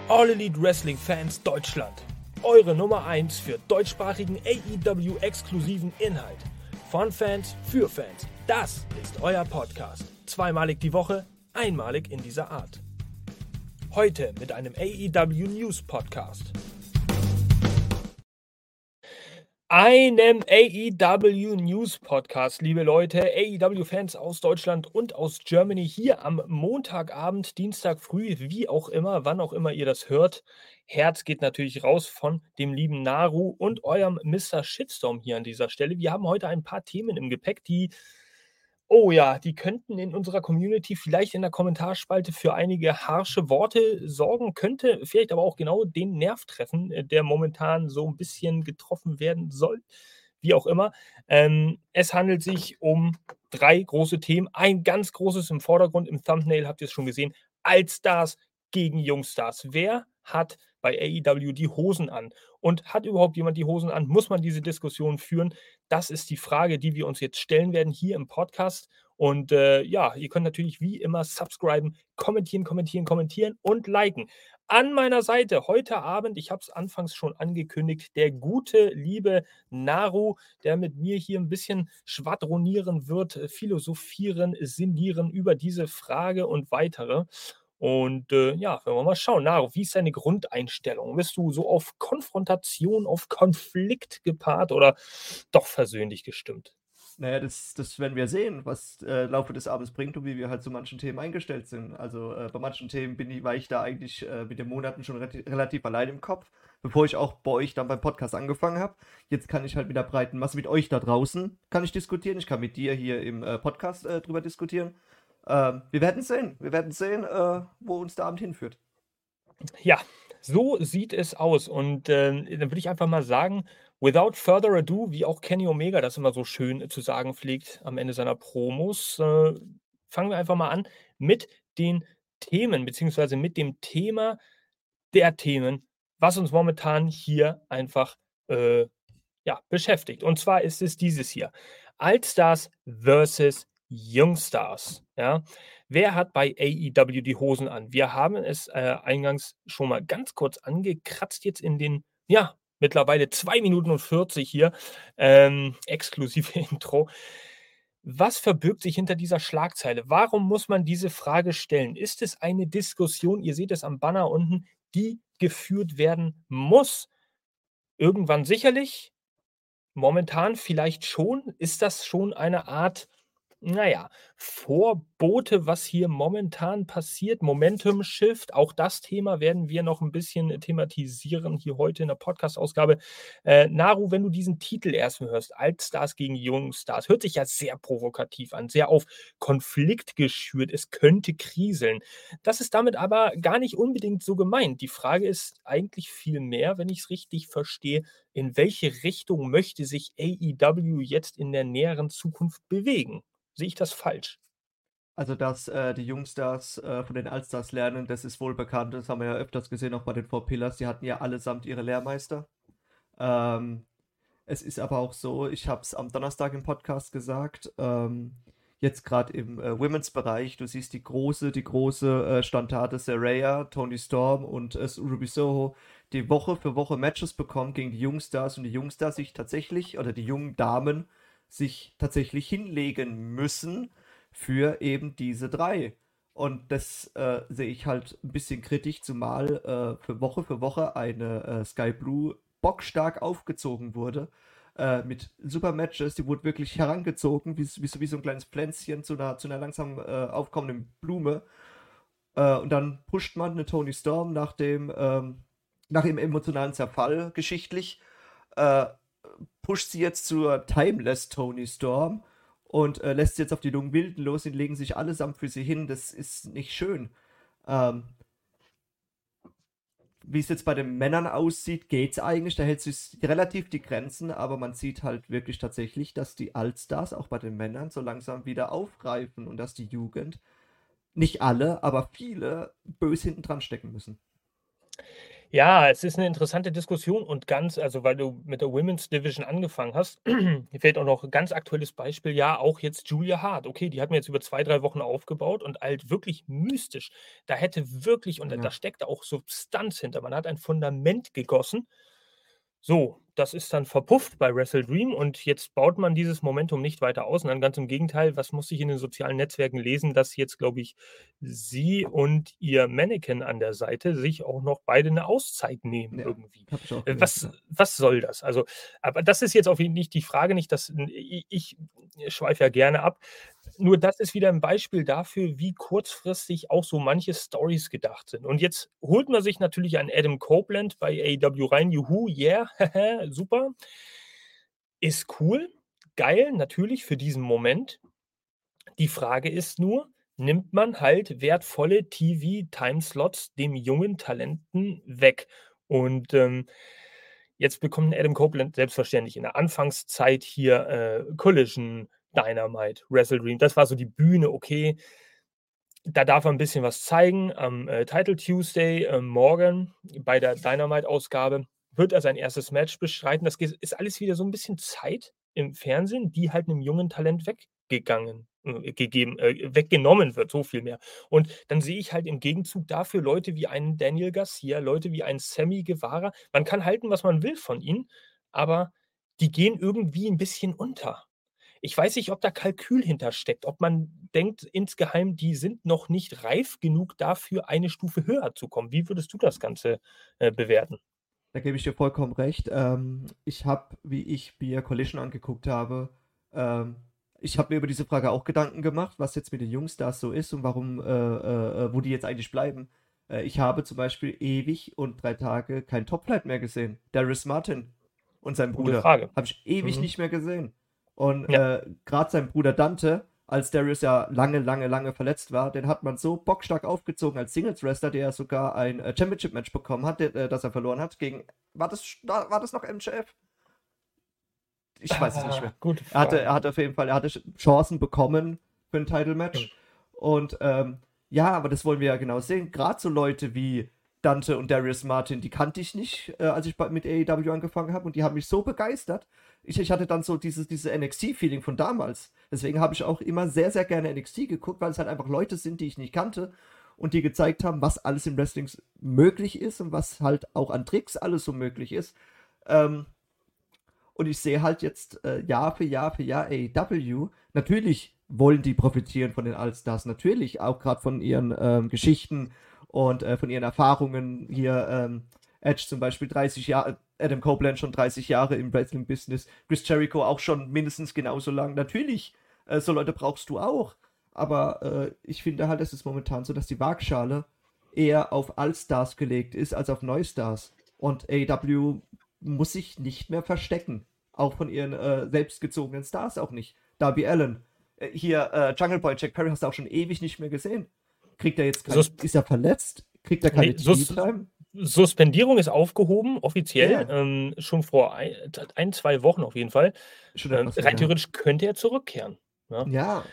All Elite Wrestling Fans Deutschland. Eure Nummer 1 für deutschsprachigen AEW-exklusiven Inhalt. Von Fans für Fans. Das ist euer Podcast. Zweimalig die Woche, einmalig in dieser Art. Heute mit einem AEW News Podcast. Einem AEW News Podcast, liebe Leute, AEW-Fans aus Deutschland und aus Germany, hier am Montagabend, Dienstag früh, wie auch immer, wann auch immer ihr das hört. Herz geht natürlich raus von dem lieben Naru und eurem Mr. Shitstorm hier an dieser Stelle. Wir haben heute ein paar Themen im Gepäck, die könnten in unserer Community vielleicht in der Kommentarspalte für einige harsche Worte sorgen, könnte vielleicht aber auch genau den Nerv treffen, der momentan so ein bisschen getroffen werden soll, wie auch immer. Es handelt sich um 3 große Themen. Ein ganz großes im Vordergrund, im Thumbnail habt ihr es schon gesehen, Altstars gegen Jungstars. Wer hat bei AEW die Hosen an? Und hat überhaupt jemand die Hosen an? Muss man diese Diskussion führen? Das ist die Frage, die wir uns jetzt stellen werden hier im Podcast. Und ihr könnt natürlich wie immer subscriben, kommentieren und liken. An meiner Seite heute Abend, ich habe es anfangs schon angekündigt, der gute, liebe Naru, der mit mir hier ein bisschen schwadronieren wird, philosophieren, sinnieren über diese Frage und weitere. Und wenn wir mal schauen, Naru, wie ist deine Grundeinstellung? Bist du so auf Konfrontation, auf Konflikt gepaart oder doch versöhnlich gestimmt? Naja, das werden wir sehen, was Laufe des Abends bringt und wie wir halt zu manchen Themen eingestellt sind. Also bei manchen Themen war ich da eigentlich mit den Monaten schon relativ allein im Kopf, bevor ich auch bei euch dann beim Podcast angefangen habe. Jetzt kann ich halt mit der breiten Masse, mit euch da draußen, kann ich diskutieren. Ich kann mit dir hier im Podcast drüber diskutieren. Wir werden sehen. Wir werden sehen, wo uns der Abend hinführt. Ja, so sieht es aus. Und dann würde ich einfach mal sagen, without further ado, wie auch Kenny Omega das immer so schön zu sagen pflegt am Ende seiner Promos, fangen wir einfach mal an mit den Themen, beziehungsweise mit dem Thema der Themen, was uns momentan hier einfach beschäftigt. Und zwar ist es dieses hier: Altstars versus Jungstars. Ja? Wer hat bei AEW die Hosen an? Wir haben es eingangs schon mal ganz kurz angekratzt, jetzt in den, mittlerweile 2 Minuten und 40 hier, exklusive Intro. Was verbirgt sich hinter dieser Schlagzeile? Warum muss man diese Frage stellen? Ist es eine Diskussion, ihr seht es am Banner unten, die geführt werden muss? Irgendwann sicherlich, momentan vielleicht schon. Ist das schon eine Art, Vorbote, was hier momentan passiert? Momentum Shift, auch das Thema werden wir noch ein bisschen thematisieren hier heute in der Podcast-Ausgabe. Naru, wenn du diesen Titel erst mal hörst, Altstars gegen Jungstars, hört sich ja sehr provokativ an, sehr auf Konflikt geschürt, es könnte kriseln. Das ist damit aber gar nicht unbedingt so gemeint. Die Frage ist eigentlich viel mehr, wenn ich es richtig verstehe, in welche Richtung möchte sich AEW jetzt in der näheren Zukunft bewegen? Sehe ich das falsch? Also, dass die Jungstars von den Allstars lernen, das ist wohl bekannt. Das haben wir ja öfters gesehen, auch bei den Four Pillars. Die hatten ja allesamt ihre Lehrmeister. Ähm, Es ist aber auch so, ich habe es am Donnerstag im Podcast gesagt, jetzt gerade im Women's-Bereich, du siehst die große Standarte Saraya, Toni Storm und Ruby Soho, die Woche für Woche Matches bekommen gegen die Jungstars und die Jungstars sich tatsächlich, oder die jungen Damen sich tatsächlich hinlegen müssen für eben diese 3. Und das sehe ich halt ein bisschen kritisch, zumal für Woche eine Sky Blue bockstark aufgezogen wurde. Mit super Matches, die wurde wirklich herangezogen, wie so ein kleines Pflänzchen zu einer langsam aufkommenden Blume. Und dann pusht man eine Toni Storm nach dem emotionalen Zerfall geschichtlich, äh, pusht sie jetzt zur Timeless Toni Storm und lässt sie jetzt auf die jungen Wilden los und legen sich allesamt für sie hin. Das ist nicht schön. Ähm, Wie es jetzt bei den Männern aussieht, geht's eigentlich. Da hält sich relativ die Grenzen, aber man sieht halt wirklich tatsächlich, dass die Allstars auch bei den Männern so langsam wieder aufgreifen und dass die Jugend, nicht alle, aber viele, bös hinten dran stecken müssen. Ja, es ist 'ne interessante Diskussion und also, weil du mit der Women's Division angefangen hast, mir fällt auch noch 'n ganz aktuelles Beispiel, ja, auch jetzt Julia Hart. Okay, die hat mir jetzt über 2, 3 Wochen aufgebaut und halt wirklich mystisch. Da hätte wirklich und da Ja. steckte auch Substanz hinter. Man hat ein Fundament gegossen. So, das ist dann verpufft bei Wrestle Dream und jetzt baut man dieses Momentum nicht weiter aus, sondern ganz im Gegenteil, was musste ich in den sozialen Netzwerken lesen, dass jetzt, glaube ich, sie und ihr Mannequin an der Seite sich auch noch beide 'ne Auszeit nehmen Ja, irgendwie. habe ich auch gelesen, Was ja. was soll das? Also, aber das ist jetzt auf jeden nicht die Frage nicht, dass ich schweife ja gerne ab. Nur das ist wieder 'n Beispiel dafür, wie kurzfristig auch so manche Storys gedacht sind. Und jetzt holt man sich natürlich einen Adam Copeland bei AEW rein. Juhu, yeah, super. Ist cool, geil, natürlich für diesen Moment. Die Frage ist nur, nimmt man halt wertvolle TV-Timeslots dem jungen Talenten weg? Und, jetzt bekommt 'n Adam Copeland selbstverständlich in der Anfangszeit hier, Collision, Dynamite, Wrestle Dream. Das war so die Bühne, okay. Da darf er 'n bisschen was zeigen. Am, Title Tuesday, morgen bei der Dynamite-Ausgabe wird er sein erstes Match bestreiten. Das ist alles wieder so 'n bisschen Zeit im Fernsehen, die halt 'nem jungen Talent weggenommen wird, so viel mehr. Und dann sehe ich halt im Gegenzug dafür Leute wie einen Daniel Garcia, Leute wie einen Sammy Guevara. Man kann halten, was man will von ihnen, aber die gehen irgendwie 'n bisschen unter. Ich weiß nicht, ob da Kalkül hintersteckt, ob man denkt insgeheim, die sind noch nicht reif genug dafür, eine Stufe höher zu kommen. Wie würdest du das Ganze, bewerten? Da gebe ich dir vollkommen recht. Ich habe, wie ich mir Collision angeguckt habe, ähm ich habe mir über diese Frage auch Gedanken gemacht, was jetzt mit den Jungstars so ist und warum wo die jetzt eigentlich bleiben. Ich habe zum Beispiel ewig und 3 Tage kein Top Flight mehr gesehen. Darius Martin und sein Gute Bruder Frage. habe ich ewig Mhm. nicht mehr gesehen. Und, Ja. grad sein Bruder Dante, als Darius ja lange, lange, lange verletzt war, den hat man so bockstark aufgezogen als Singles-Wrestler, der ja sogar ein, Championship-Match bekommen hat, das er verloren hat gegen war das noch MJF? Ich weiß es nicht mehr. Gute Er hatte Frage. er hatte auf jeden Fall er hatte Chancen bekommen für ein Mhm. Title-Match und, ja, aber das wollen wir ja genau sehen. Gerade so Leute wie Dante und Darius Martin, die kannte ich nicht, als ich mit AEW angefangen habe und die haben mich so begeistert. Ich hatte dann so dieses NXT-Feeling von damals. Deswegen habe ich auch immer sehr, sehr gerne NXT geguckt, weil es halt einfach Leute sind, die ich nicht kannte und die gezeigt haben, was alles im Wrestling möglich ist und was halt auch an Tricks alles so möglich ist. Ähm, und ich sehe halt jetzt Jahr für Jahr für Jahr AEW. Natürlich wollen die profitieren von den Allstars, natürlich auch gerade von ihren Geschichten und von ihren Erfahrungen. Hier Edge zum Beispiel 30 Jahre, Adam Copeland schon 30 Jahre im Wrestling-Business, Chris Jericho auch schon mindestens genauso lang. Natürlich, so Leute brauchst du auch. Aber ich finde halt, es ist momentan so, dass die Waagschale eher auf Allstars gelegt ist als auf Neustars. Und AEW muss sich nicht mehr verstecken. Auch von ihren selbstgezogenen Stars auch nicht. Darby Allin. Hier, Jungle Boy, Jack Perry hast du auch schon ewig nicht mehr gesehen. Kriegt er jetzt Sus ist er verletzt? Kriegt er ne, keine TV-Time? Suspendierung ist aufgehoben, offiziell, Ja, schon vor 2 Wochen auf jeden Fall. schon etwas Rein länger. theoretisch könnte er zurückkehren, ja? Ja,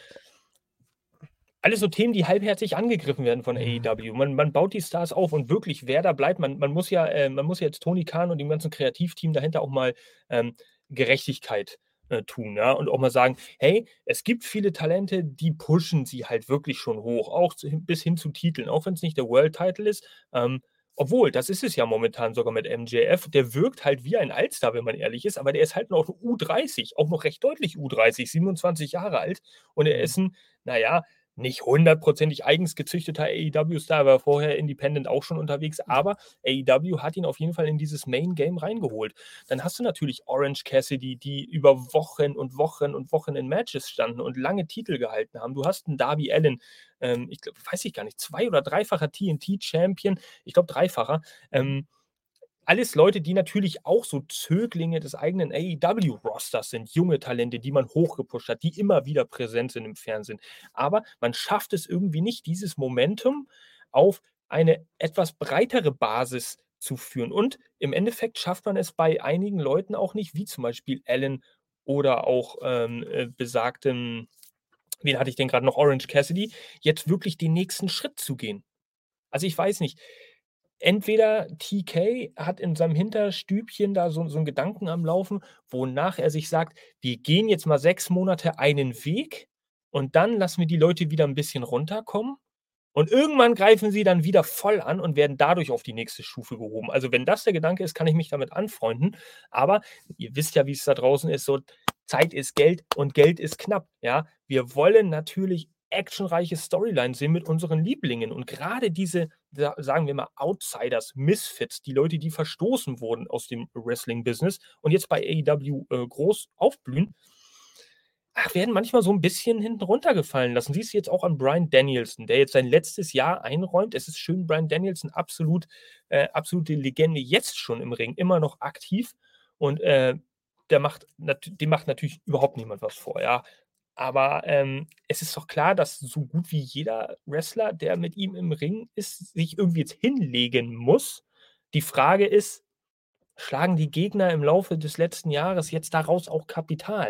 Alles so Themen, die halbherzig angegriffen werden von ja, AEW. Man baut die Stars auf und wirklich, wer da bleibt man muss ja jetzt Tony Khan und dem ganzen Kreativteam dahinter auch mal, Gerechtigkeit, tun, ja? Und auch mal sagen: „Hey, es gibt viele Talente, die pushen sie halt wirklich schon hoch, auch bis hin zu Titeln, auch wenn es nicht der World Title ist." Obwohl, das ist es ja momentan sogar mit MJF. Der wirkt halt wie ein Allstar, wenn man ehrlich ist, aber der ist halt noch U30, auch noch recht deutlich U30, 27 Jahre alt und er hm. ist 'n, na ja, nicht hundertprozentig eigens gezüchteter AEW-Star, war vorher independent auch schon unterwegs, aber AEW hat ihn auf jeden Fall in dieses Main Game reingeholt. Dann hast du natürlich Orange Cassidy, die über Wochen und Wochen und Wochen in Matches standen und lange Titel gehalten haben. Du hast 'n Darby Allin, ich glaube, weiß ich gar nicht, zwei oder dreifacher TNT-Champion, ich glaube dreifacher. Mhm. Alles Leute, die natürlich auch so Zöglinge des eigenen AEW-Rosters sind, junge Talente, die man hochgepusht hat, die immer wieder präsent sind im Fernsehen. Aber man schafft es irgendwie nicht, dieses Momentum auf eine etwas breitere Basis zu führen. Und im Endeffekt schafft man es bei einigen Leuten auch nicht, wie zum Beispiel Allen oder auch, besagtem, wen hatte ich denn gerade noch, Orange Cassidy, jetzt wirklich den nächsten Schritt zu gehen. Also, ich weiß nicht. entweder TK hat in seinem Hinterstübchen da so 'n Gedanken am Laufen, wonach er sich sagt: „Wir gehen jetzt mal 6 Monate einen Weg und dann lassen wir die Leute wieder 'n bisschen runterkommen und irgendwann greifen sie dann wieder voll an und werden dadurch auf die nächste Stufe gehoben.“ Also, wenn das der Gedanke ist, kann ich mich damit anfreunden, aber ihr wisst ja, wie's da draußen ist, so Zeit ist Geld und Geld ist knapp, ja? Wir wollen natürlich actionreiche Storylines sehen mit unseren Lieblingen und grade diese, sagen wir mal, Outsiders, Misfits, die Leute, die verstoßen wurden aus dem Wrestling-Business und jetzt bei AEW, groß aufblühen, werden manchmal so 'n bisschen hinten runtergefallen lassen. Siehst du jetzt auch an Bryan Danielson, der jetzt sein letztes Jahr einräumt. Es ist schön, Bryan Danielson absolute Legende jetzt schon im Ring, immer noch aktiv und, dem macht natürlich überhaupt niemand was vor, ja. Aber, es ist doch klar, dass so gut wie jeder Wrestler, der mit ihm im Ring ist, sich irgendwie jetzt hinlegen muss. Die Frage ist, schlagen die Gegner im Laufe des letzten Jahres jetzt daraus auch Kapital?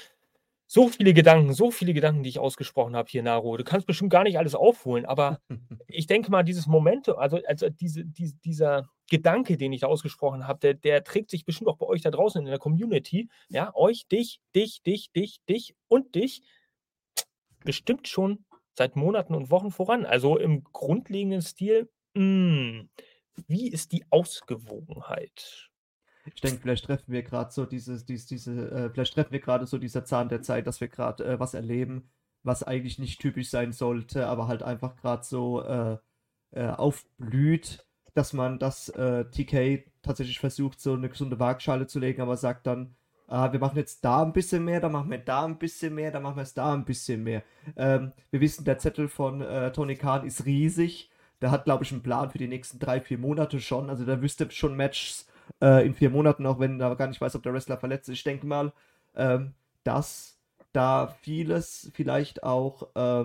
So viele Gedanken, die ich ausgesprochen habe hier, Naro. Du kannst bestimmt gar nicht alles aufholen, aber ich denke mal, dieses Momentum, also dieser Gedanke, den ich da ausgesprochen habe, der trägt sich bestimmt auch bei euch da draußen in der Community, ja, euch, dich und dich bestimmt schon seit Monaten und Wochen voran. Also, im grundlegenden Stil, wie ist die Ausgewogenheit? Ich denke, vielleicht treffen wir gerade so vielleicht treffen wir gerade so dieser Zahn der Zeit, dass wir gerade was erleben, was eigentlich nicht typisch sein sollte, aber halt einfach gerade so, aufblüht, dass TK tatsächlich versucht, so eine gesunde Waagschale zu legen, aber sagt dann: „Ah, wir machen jetzt da ein bisschen mehr, dann machen wir da ein bisschen mehr, dann machen wir es da ein bisschen mehr.“ Wir wissen, der Zettel von, Tony Khan ist riesig. Der hat, glaube ich, einen Plan für die nächsten 3 4 Monate schon. Also, der wüsste schon Matches in 4 Monaten, auch wenn er gar nicht weiß, ob der Wrestler verletzt ist. Ich denke mal, dass da vieles vielleicht auch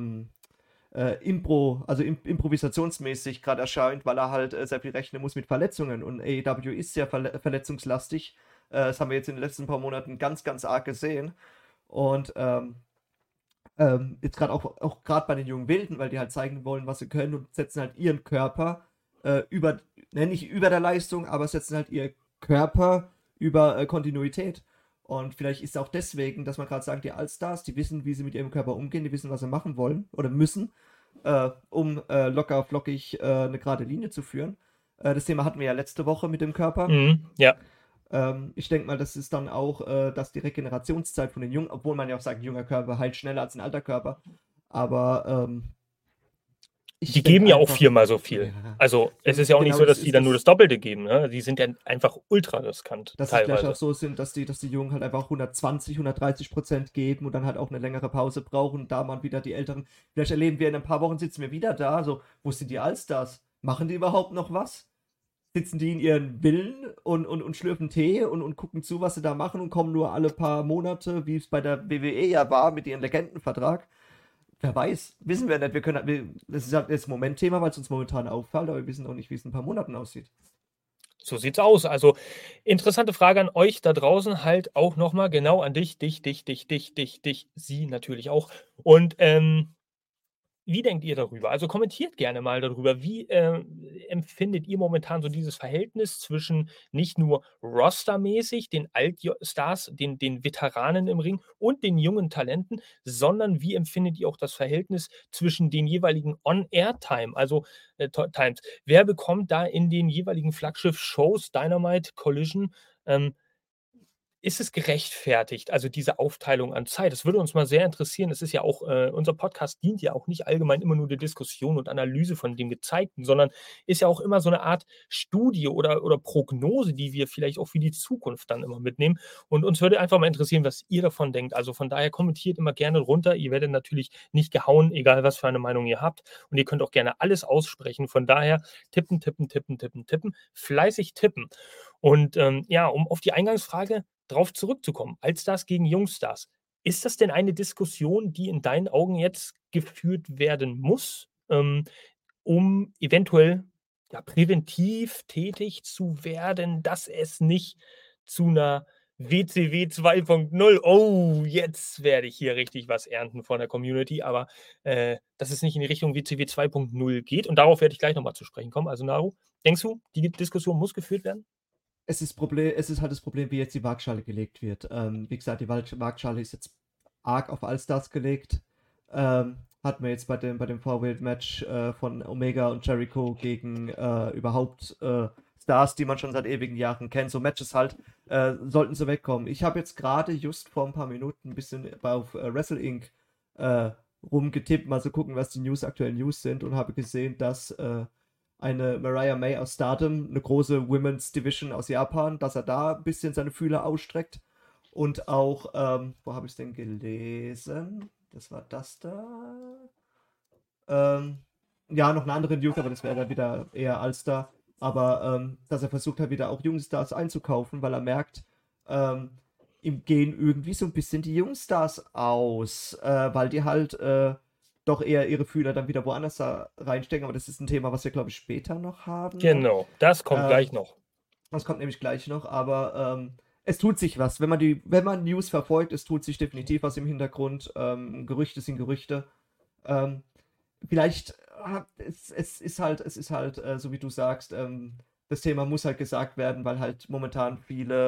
also improvisationsmäßig gerade erscheint, weil er halt sehr viel rechnen muss mit Verletzungen. Und AEW ist sehr verletzungslastig. Das haben wir jetzt in den letzten paar Monaten ganz, ganz arg gesehen. Und jetzt gerade auch gerade bei den jungen Wilden, weil die halt zeigen wollen, was sie können und setzen halt ihren Körper über, nicht über der Leistung, aber setzen halt ihr Körper über Kontinuität. Und vielleicht ist es auch deswegen, dass man gerade sagt, die Allstars, die wissen, wie sie mit ihrem Körper umgehen, die wissen, was sie machen wollen oder müssen, um locker flockig eine gerade Linie zu führen. Das Thema hatten wir ja letzte Woche mit dem Körper. Mhm, ja. Ich denke mal, das ist dann auch, dass die Regenerationszeit von den Jungen, obwohl man ja auch sagt, ein junger Körper heilt schneller als ein alter Körper. Aber ich Die denke geben ja auch einfach, viermal so viel. ja, Also, es ist ja auch nicht genau, so, dass die dann nur das das, Doppelte geben, ne? Die sind ja einfach ultra riskant dass es vielleicht auch teilweise. so sind, dass die Jungen halt einfach 120, 130% geben und dann halt auch eine längere Pause brauchen. Da man wieder die Älteren, vielleicht erleben wir in ein paar Wochen, sitzen wir wieder da. So, wo sind die Allstars? Machen die überhaupt noch was? Sitzen die in ihren Villen und schlürfen Tee und gucken zu, was sie da machen und kommen nur alle paar Monate, wie es bei der WWE ja war, mit ihrem Legendenvertrag. Wer weiß, wissen wir nicht. Das ist halt jetzt Momentthema, weil es uns momentan auffällt, aber wir wissen auch nicht, wie es in ein paar Monaten aussieht. So sieht's aus. Also, interessante Frage an euch da draußen, halt auch noch mal genau an dich, sie natürlich auch. Und, wie denkt ihr darüber? Also, kommentiert gerne mal darüber. Wie, empfindet ihr momentan so dieses Verhältnis zwischen nicht nur rostermäßig den Altstars, den Veteranen im Ring und den jungen Talenten, sondern wie empfindet ihr auch das Verhältnis zwischen den jeweiligen On-Air-Time, also, Times? Wer bekommt da in den jeweiligen Flaggschiff-Shows, Dynamite, Collision, ähm, ist es gerechtfertigt, also diese Aufteilung an Zeit? Das würde uns mal sehr interessieren. Es ist ja auch unser Podcast dient ja auch nicht allgemein immer nur der Diskussion und Analyse von dem Gezeigten, sondern ist ja auch immer so eine Art Studie oder Prognose, die wir vielleicht auch für die Zukunft dann immer mitnehmen. Und uns würde einfach mal interessieren, was ihr davon denkt. Also, von daher kommentiert immer gerne runter. Ihr werdet natürlich nicht gehauen, egal was für eine Meinung ihr habt. Und ihr könnt auch gerne alles aussprechen. Von daher tippen, tippen, tippen, tippen, tippen, fleißig tippen. Und, ja, um auf die Eingangsfrage drauf zurückzukommen, Altstars gegen Jungstars. Ist das denn eine Diskussion, die in deinen Augen jetzt geführt werden muss, um eventuell, ja, präventiv tätig zu werden, dass es nicht zu einer WCW 2.0. Oh, jetzt werde ich hier richtig was ernten von der Community, aber dass es nicht in die Richtung WCW 2.0 geht. Und darauf werde ich gleich nochmal zu sprechen kommen. Also, Naru, denkst du, die Diskussion muss geführt werden? Es ist halt das Problem, wie jetzt die Waagschale gelegt wird. Wie gesagt, die Waagschale ist jetzt arg auf Allstars gelegt. Hatten wir jetzt bei dem Four-Way-Match von Omega und Jericho gegen überhaupt Stars, die man schon seit ewigen Jahren kennt. So Matches halt, sollten sie wegkommen. Ich habe jetzt gerade just vor ein paar Minuten ein bisschen auf Wrestle Inc. Rumgetippt, mal so gucken, was die aktuellen News sind, und habe gesehen, dass eine Mariah May aus Stardom, eine große Women's Division aus Japan, dass er da ein bisschen seine Fühler ausstreckt. Und auch, wo habe ich es denn gelesen? Das war das da. Ja, noch eine andere News, aber das wäre dann wieder eher All-Star. Aber dass er versucht hat, wieder auch Jungstars einzukaufen, weil er merkt, ihm gehen irgendwie so ein bisschen die Jungstars aus, weil die halt doch eher ihre Fühler dann wieder woanders da reinstecken. Aber das ist ein Thema, was wir, glaube ich, später noch haben. Genau, das kommt gleich noch. Das kommt nämlich gleich noch, aber es tut sich was. Wenn man News verfolgt, es tut sich definitiv was im Hintergrund. Gerüchte sind Gerüchte. Ähm, vielleicht, es ist halt, so wie du sagst, das Thema muss halt gesagt werden, weil halt momentan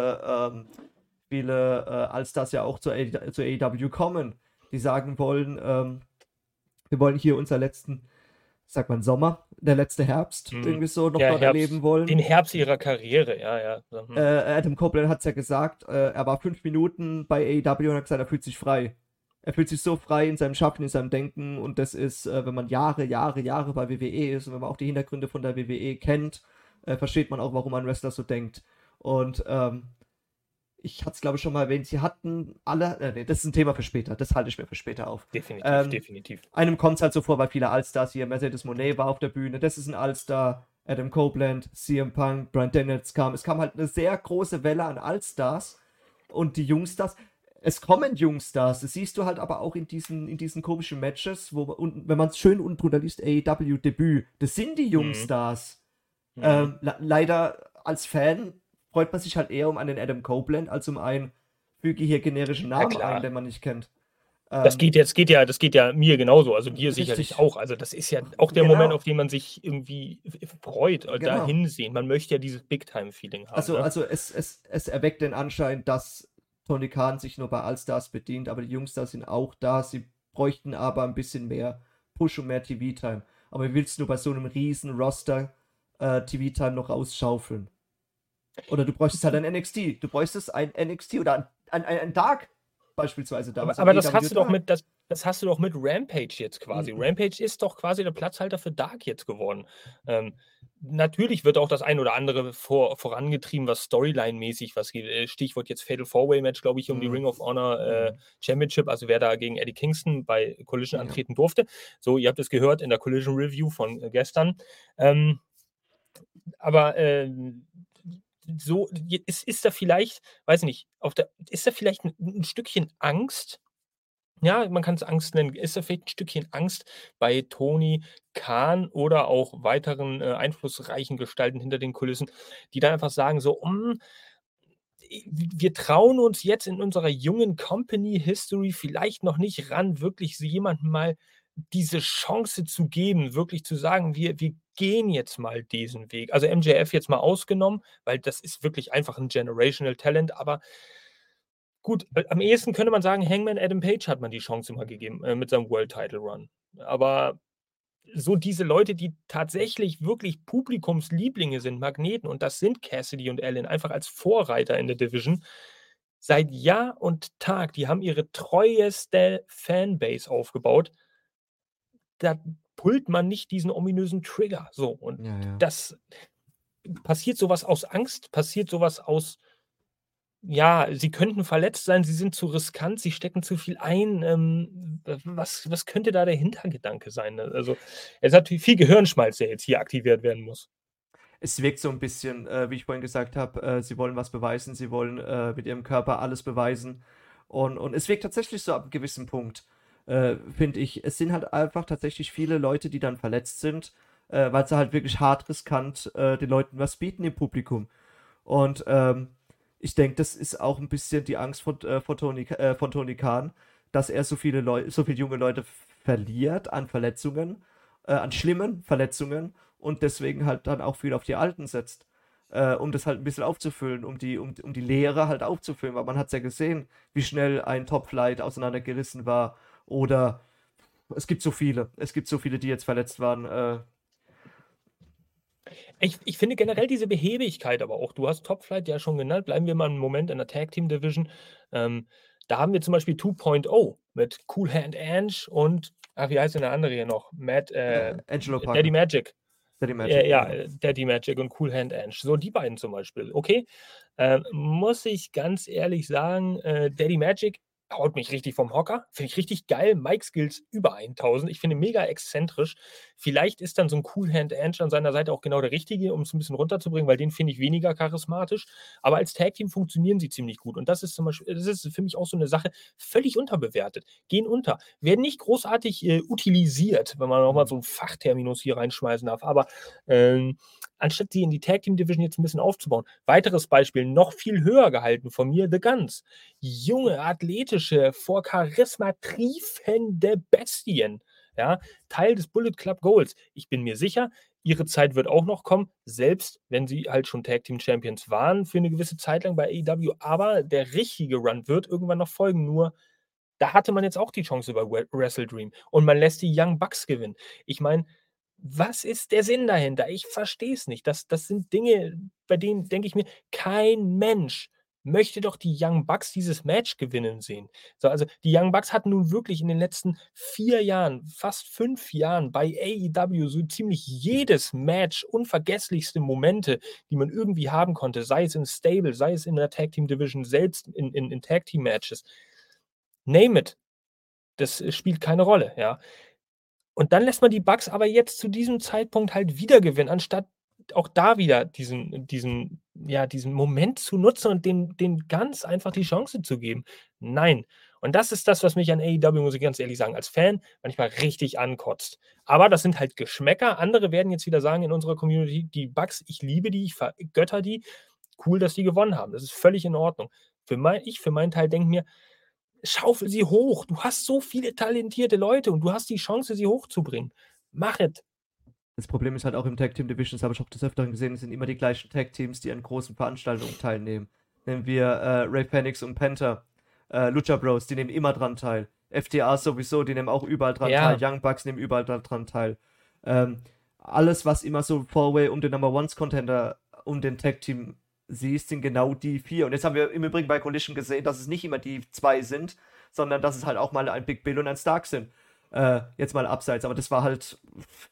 viele Allstars ja auch zur AEW kommen, die sagen wollen, wir wollen hier unser letzten, sagt man Sommer, der letzte Herbst, irgendwie so noch Ja, dort erleben wollen. Den Herbst ihrer Karriere, ja, ja. Adam Copeland hat es ja gesagt, er war 5 Minuten bei AEW und hat gesagt, er fühlt sich frei. Er fühlt sich so frei in seinem Schaffen, in seinem Denken, und das ist, wenn man Jahre bei WWE ist und wenn man auch die Hintergründe von der WWE kennt, versteht man auch, warum ein Wrestler so denkt. Und ich hatte es, glaube ich, schon mal erwähnt, sie hatten alle, nee, das ist ein Thema für später, das halte ich mir für später auf. Definitiv. Einem kommt es halt so vor, weil viele Allstars hier, Mercedes Moné war auf der Bühne, das ist ein Allstar, Adam Copeland, CM Punk, Bryan Daniels kam. Es kam halt eine sehr große Welle an Allstars und die Jungstars. Es kommen Jungstars, das siehst du halt aber auch in diesen komischen Matches, und wenn man es schön unten drunter liest, AEW Debüt, das sind die Jungstars. Leider als Fan freut man sich halt eher um einen Adam Copeland als um einen, füge hier generischen Namen ein, den man nicht kennt. Das geht ja mir genauso, also dir Richtig. sicherlich auch. Also das ist ja auch der Genau. Moment, auf den man sich irgendwie freut, da Genau. hinsehen. Man möchte ja dieses Big-Time-Feeling haben. Also es erweckt den Anschein, dass Tony Khan sich nur bei Allstars bedient, aber die Jungstars sind auch da. Sie bräuchten aber ein bisschen mehr Push und mehr TV-Time. Aber wie willst du bei so einem riesen Roster TV-Time noch rausschaufeln? Oder du bräuchtest halt ein NXT. Du bräuchtest ein NXT oder ein Dark beispielsweise. Aber das hast du doch das hast du doch mit Rampage jetzt quasi. Rampage ist doch quasi der Platzhalter für Dark jetzt geworden. Natürlich wird auch das ein oder andere vorangetrieben, was Storyline-mäßig was geht. Stichwort jetzt Fatal 4-Way-Match, glaube ich, um die Ring of Honor Championship, also wer da gegen Eddie Kingston bei Collision antreten durfte. So, ihr habt es gehört in der Collision Review von gestern. Aber so ist da vielleicht, weiß nicht, ist da vielleicht ein Stückchen Angst? Ja, man kann es Angst nennen. Ist da vielleicht ein Stückchen Angst bei Tony Khan oder auch weiteren einflussreichen Gestalten hinter den Kulissen, die dann einfach sagen so: Wir trauen uns jetzt in unserer jungen Company History vielleicht noch nicht ran, wirklich so jemandem mal diese Chance zu geben, wirklich zu sagen: Wir gehen jetzt mal diesen Weg.“ Also, MJF jetzt mal ausgenommen, weil das ist wirklich einfach ein Generational Talent, aber gut, am ehesten könnte man sagen, Hangman Adam Page hat man die Chance mal gegeben, mit seinem World Title Run. Aber so diese Leute, die tatsächlich wirklich Publikumslieblinge sind, Magneten, und das sind Cassidy und Allin, einfach als Vorreiter in der Division, seit Jahr und Tag, die haben ihre treueste Fanbase aufgebaut. Da pullt man nicht diesen ominösen Trigger, so. Und das passiert sowas aus Angst, passiert sowas aus, ja, sie könnten verletzt sein, sie sind zu riskant, sie stecken zu viel ein. Was könnte da der Hintergedanke sein, ne? Also, es ist natürlich viel Gehirnschmalz, der jetzt hier aktiviert werden muss. Es wirkt so ein bisschen, wie ich vorhin gesagt habe, sie wollen was beweisen, sie wollen mit ihrem Körper alles beweisen. Und es wirkt tatsächlich so ab einem gewissen Punkt, finde ich. Es sind halt einfach tatsächlich viele Leute, die dann verletzt sind, weil sie halt wirklich hart riskant den Leuten was bieten im Publikum. Und Ich denke, das ist auch ein bisschen die Angst von Tony Khan, dass er so viele junge Leute verliert an Verletzungen, an schlimmen Verletzungen und deswegen halt dann auch viel auf die Alten setzt, um das halt ein bisschen aufzufüllen, um die Leere halt aufzufüllen, weil man hat es ja gesehen, wie schnell ein Top-Flight auseinandergerissen war oder es gibt so viele, die jetzt verletzt waren. Ich finde generell diese Behebigkeit aber auch, du hast Top Flight ja schon genannt, bleiben wir mal einen Moment in der Tag Team Division. Da haben wir zum Beispiel 2.0 mit Cool Hand Ange und, wie heißt denn der andere hier noch? Angelo Daddy Parker, Magic. Daddy Magic, Ja, genau. Daddy Magic und Cool Hand Ange. So die beiden zum Beispiel. Okay, muss ich ganz ehrlich sagen, Daddy Magic haut mich richtig vom Hocker. Finde ich richtig geil. Mike Skills über 1000. Ich finde mega exzentrisch. Vielleicht ist dann so ein Cool Hand Ange an seiner Seite auch genau der Richtige, um es ein bisschen runterzubringen, weil den finde ich weniger charismatisch. Aber als Tag-Team funktionieren sie ziemlich gut. Und das ist zum Beispiel, das ist für mich auch so eine Sache, völlig unterbewertet. Gehen unter. Werden nicht großartig utilisiert, wenn man nochmal so einen Fachterminus hier reinschmeißen darf. Aber anstatt sie in die Tag Team Division jetzt ein bisschen aufzubauen. Weiteres Beispiel, noch viel höher gehalten von mir, The Guns. Junge, athletische, vor Charisma triefende Bestien. Ja, Teil des Bullet Club Goals. Ich bin mir sicher, ihre Zeit wird auch noch kommen, selbst wenn sie halt schon Tag Team Champions waren für eine gewisse Zeit lang bei AEW. Aber der richtige Run wird irgendwann noch folgen. Nur da hatte man jetzt auch die Chance über Wrestle Dream und man lässt die Young Bucks gewinnen. Ich meine, was ist der Sinn dahinter? Ich verstehe es nicht. Das sind Dinge, bei denen denke ich mir, kein Mensch möchte doch die Young Bucks dieses Match gewinnen sehen. So, also die Young Bucks hatten nun wirklich in den letzten 4 Jahren, fast 5 Jahren bei AEW so ziemlich jedes Match, unvergesslichste Momente, die man irgendwie haben konnte, sei es im Stable, sei es in der Tag Team Division, selbst in Tag Team Matches. Name it. Das spielt keine Rolle, ja. Und dann lässt man die Bucks aber jetzt zu diesem Zeitpunkt halt wieder gewinnen, anstatt auch da wieder diesen Moment zu nutzen und den Guns einfach die Chance zu geben. Nein. Und das ist das, was mich an AEW, muss ich ganz ehrlich sagen, als Fan manchmal richtig ankotzt. Aber das sind halt Geschmäcker. Andere werden jetzt wieder sagen in unserer Community, die Bucks, ich liebe die, ich vergötter die. Cool, dass die gewonnen haben. Das ist völlig in Ordnung. Für meinen Teil denke mir, schaufel sie hoch. Du hast so viele talentierte Leute und du hast die Chance, sie hochzubringen. Mach es. Das Problem ist halt auch im Tag Team Division, das habe ich auch des Öfteren gesehen, es sind immer die gleichen Tag Teams, die an großen Veranstaltungen teilnehmen. Nehmen wir Ray Phoenix und Penta, Lucha Bros, die nehmen immer dran teil. FTA sowieso, die nehmen auch überall dran teil. Ja, Young Bucks nehmen überall dran teil. Alles, was immer so Four-Way um den Number Ones Contender um den Tag Team siehst, sind genau die 4. Und jetzt haben wir im Übrigen bei Collision gesehen, dass es nicht immer die 2 sind, sondern dass es halt auch mal ein Big Bill und ein Stark sind. Jetzt mal abseits, aber das war halt.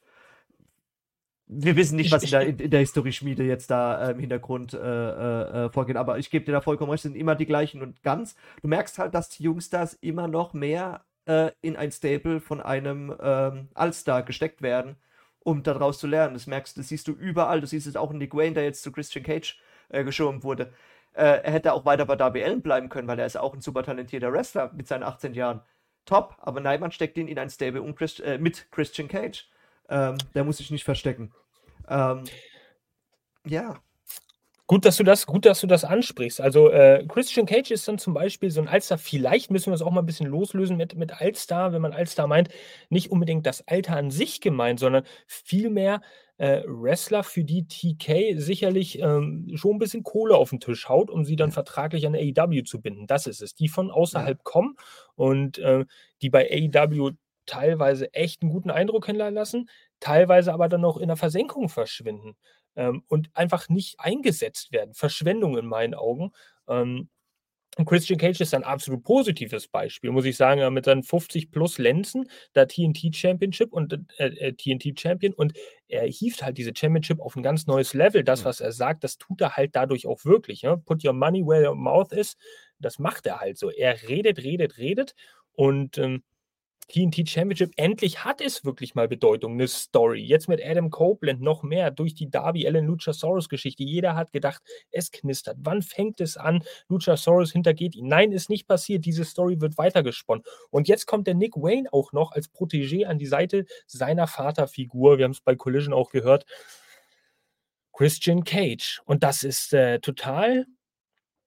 Wir wissen nicht, ich, was ich, in der Historieschmiede jetzt da im Hintergrund vorgeht, aber ich gebe dir da vollkommen recht, es sind immer die gleichen und ganz. Du merkst halt, dass die Jungstars immer noch mehr in ein Stable von einem All-Star gesteckt werden, um daraus zu lernen. Das siehst du überall. Du siehst es auch in Nick Wayne, der jetzt zu Christian Cage geschoben wurde. Er hätte auch weiter bei Darby Allin bleiben können, weil er ist auch ein super talentierter Wrestler mit seinen 18 Jahren. Top, aber nein, man steckt ihn in ein Stable mit Christian Cage. Der muss sich nicht verstecken. Ähm, ja. gut, dass du das ansprichst. Also Christian Cage ist dann zum Beispiel so ein Allstar. Vielleicht müssen wir es auch mal ein bisschen loslösen mit Allstar, wenn man Allstar meint, nicht unbedingt das Alter an sich gemeint, sondern vielmehr Wrestler, für die TK sicherlich schon ein bisschen Kohle auf den Tisch haut, um sie dann Ja. vertraglich an AEW zu binden. Das ist es. Die von Ja. außerhalb kommen und die bei AEW teilweise echt einen guten Eindruck hinterlassen, teilweise aber dann noch in der Versenkung verschwinden und einfach nicht eingesetzt werden. Verschwendung in meinen Augen. Und Christian Cage ist ein absolut positives Beispiel, muss ich sagen, mit seinen 50 plus Lenzen, der TNT Championship und TNT Champion und er hieft halt diese Championship auf ein ganz neues Level. Das, Ja. was er sagt, das tut er halt dadurch auch wirklich. Ja? Put your money where your mouth is. Das macht er halt so. Er redet, redet, redet und TNT Championship, endlich hat es wirklich mal Bedeutung, eine Story. Jetzt mit Adam Copeland noch mehr durch die Darby Allin Luchasaurus Geschichte. Jeder hat gedacht, es knistert. Wann fängt es an? Luchasaurus hintergeht ihn. Nein, ist nicht passiert. Diese Story wird weitergesponnen. Und jetzt kommt der Nick Wayne auch noch als Protégé an die Seite seiner Vaterfigur. Wir haben es bei Collision auch gehört. Christian Cage. Und das ist total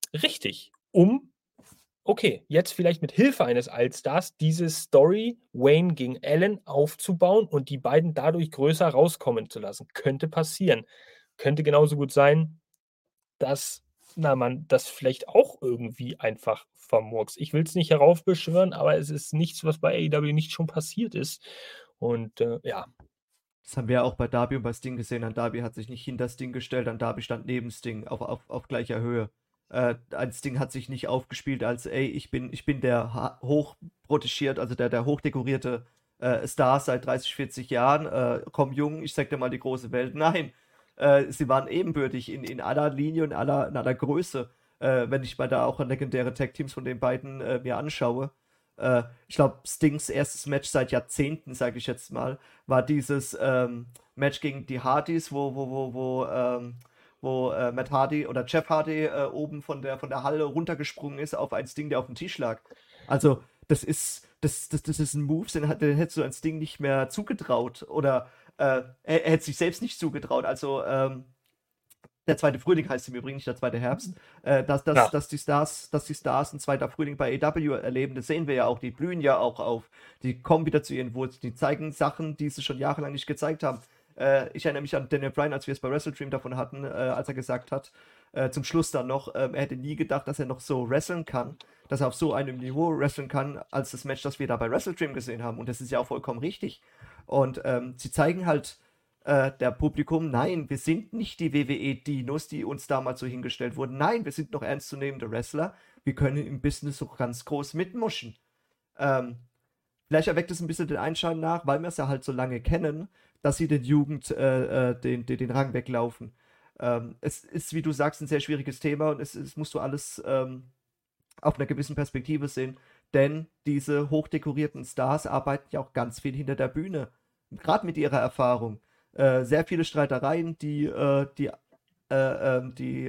Richtig, okay, jetzt vielleicht mit Hilfe eines Allstars diese Story Wayne gegen Allen aufzubauen und die beiden dadurch größer rauskommen zu lassen. Könnte passieren. Könnte genauso gut sein, dass, man das vielleicht auch irgendwie einfach vermurkst. Ich will es nicht heraufbeschwören, aber es ist nichts, was bei AEW nicht schon passiert ist. Und, ja. Das haben wir ja auch bei Darby und bei Sting gesehen. An Darby hat sich nicht hinter Sting gestellt, an Darby stand neben Sting auf gleicher Höhe. Ein Sting hat sich nicht aufgespielt als, ey, ich bin der hochprotegiert, also der hochdekorierte Star seit 30, 40 Jahren. Komm, Jung, ich zeig dir mal die große Welt. Nein, sie waren ebenbürtig in aller Linie und in aller Größe. Wenn ich mal da auch legendäre Tag-Teams von den beiden mir anschaue. Ich glaube, Stings erstes Match seit Jahrzehnten, sage ich jetzt mal, war dieses Match gegen die Hardys, wo Matt Hardy oder Jeff Hardy oben von der Halle runtergesprungen ist auf ein Sting, der auf dem Tisch lag. Also, das ist ein Move, den hättest du ein Sting nicht mehr zugetraut. Oder er hätte sich selbst nicht zugetraut. Also, der zweite Frühling heißt im Übrigen, nicht der zweite Herbst, Ja. dass die Stars ein zweiter Frühling bei AEW erleben, das sehen wir ja auch, die blühen ja auch auf, die kommen wieder zu ihren Wurzeln, die zeigen Sachen, die sie schon jahrelang nicht gezeigt haben. Ich erinnere mich an Daniel Bryan, als wir es bei WrestleDream davon hatten, als er gesagt hat, zum Schluss dann noch, er hätte nie gedacht, dass er noch so wresteln kann, dass er auf so einem Niveau wresteln kann, als das Match, das wir da bei WrestleDream gesehen haben. Und das ist ja auch vollkommen richtig. Und sie zeigen halt der Publikum, nein, wir sind nicht die WWE-Dinos, die uns damals so hingestellt wurden. Nein, wir sind noch ernstzunehmende Wrestler. Wir können im Business so ganz groß mitmuschen. Ähm, Vielleicht erweckt es ein bisschen den Einschein nach, weil wir es ja halt so lange kennen, dass sie den Jugend den Rang weglaufen. Es ist, wie du sagst, ein sehr schwieriges Thema und es musst du alles auf einer gewissen Perspektive sehen, denn diese hochdekorierten Stars arbeiten ja auch ganz viel hinter der Bühne, gerade mit ihrer Erfahrung. Sehr viele Streitereien, die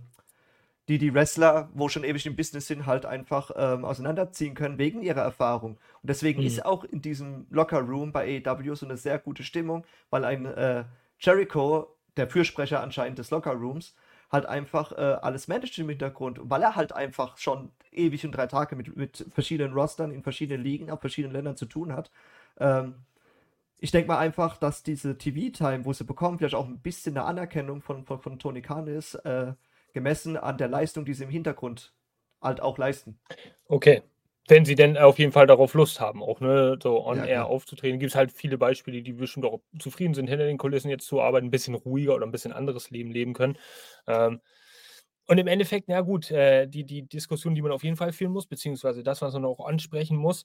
die Wrestler, wo schon ewig im Business sind, halt einfach auseinanderziehen können wegen ihrer Erfahrung. Und deswegen Mhm. ist auch in diesem Locker Room bei AEW so eine sehr gute Stimmung, weil ein Jericho, der Fürsprecher anscheinend des Locker Rooms, halt einfach alles managt im Hintergrund, weil er halt einfach schon ewig und 3 Tage mit verschiedenen Rostern in verschiedenen Ligen auf verschiedenen Ländern zu tun hat. Ähm, Ich denke mal einfach, dass diese TV-Time, wo sie bekommen, vielleicht auch ein bisschen eine Anerkennung von Tony Khan ist, gemessen an der Leistung, die sie im Hintergrund halt auch leisten. Okay. Wenn sie denn auf jeden Fall darauf Lust haben, auch, ne, so on Ja, air klar. aufzutreten. Gibt's halt viele Beispiele, die bestimmt auch zufrieden sind, hinter den Kulissen jetzt zu arbeiten, 'n bisschen ruhiger oder 'n bisschen anderes Leben leben können. Ähm, und im Endeffekt, na gut, die Diskussion, die man auf jeden Fall führen muss, beziehungsweise das, was man auch ansprechen muss,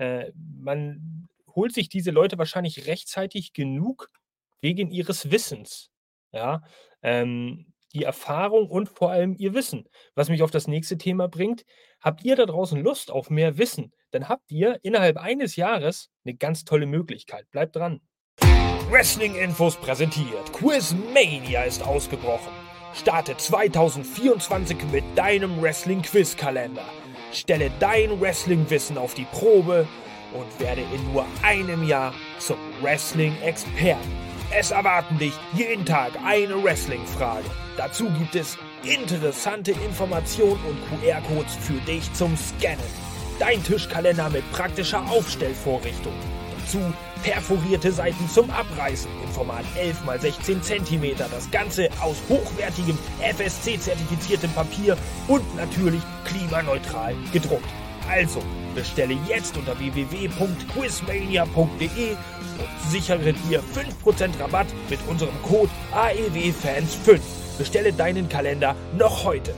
man holt sich diese Leute wahrscheinlich rechtzeitig genug wegen ihres Wissens, ja? Die Erfahrung und vor allem ihr Wissen. Was mich auf das nächste Thema bringt: Habt ihr da draußen Lust auf mehr Wissen? Dann habt ihr innerhalb eines Jahres 'ne ganz tolle Möglichkeit. Bleibt dran. Wrestling-Infos präsentiert. Quizmania ist ausgebrochen. Starte 2024 mit deinem Wrestling-Quiz-Kalender. Stelle dein Wrestling-Wissen auf die Probe und werde in nur einem Jahr zum Wrestling-Experten. Es erwarten dich jeden Tag eine Wrestling-Frage. Dazu gibt es interessante Informationen und QR-Codes für dich zum Scannen. Dein Tischkalender mit praktischer Aufstellvorrichtung. Dazu perforierte Seiten zum Abreißen im Format 11 x 16 cm. Das Ganze aus hochwertigem FSC-zertifiziertem Papier und natürlich klimaneutral gedruckt. Also bestelle jetzt unter www.quizmania.de und sichere dir 5% Rabatt mit unserem Code AEWFans5. Bestelle deinen Kalender noch heute.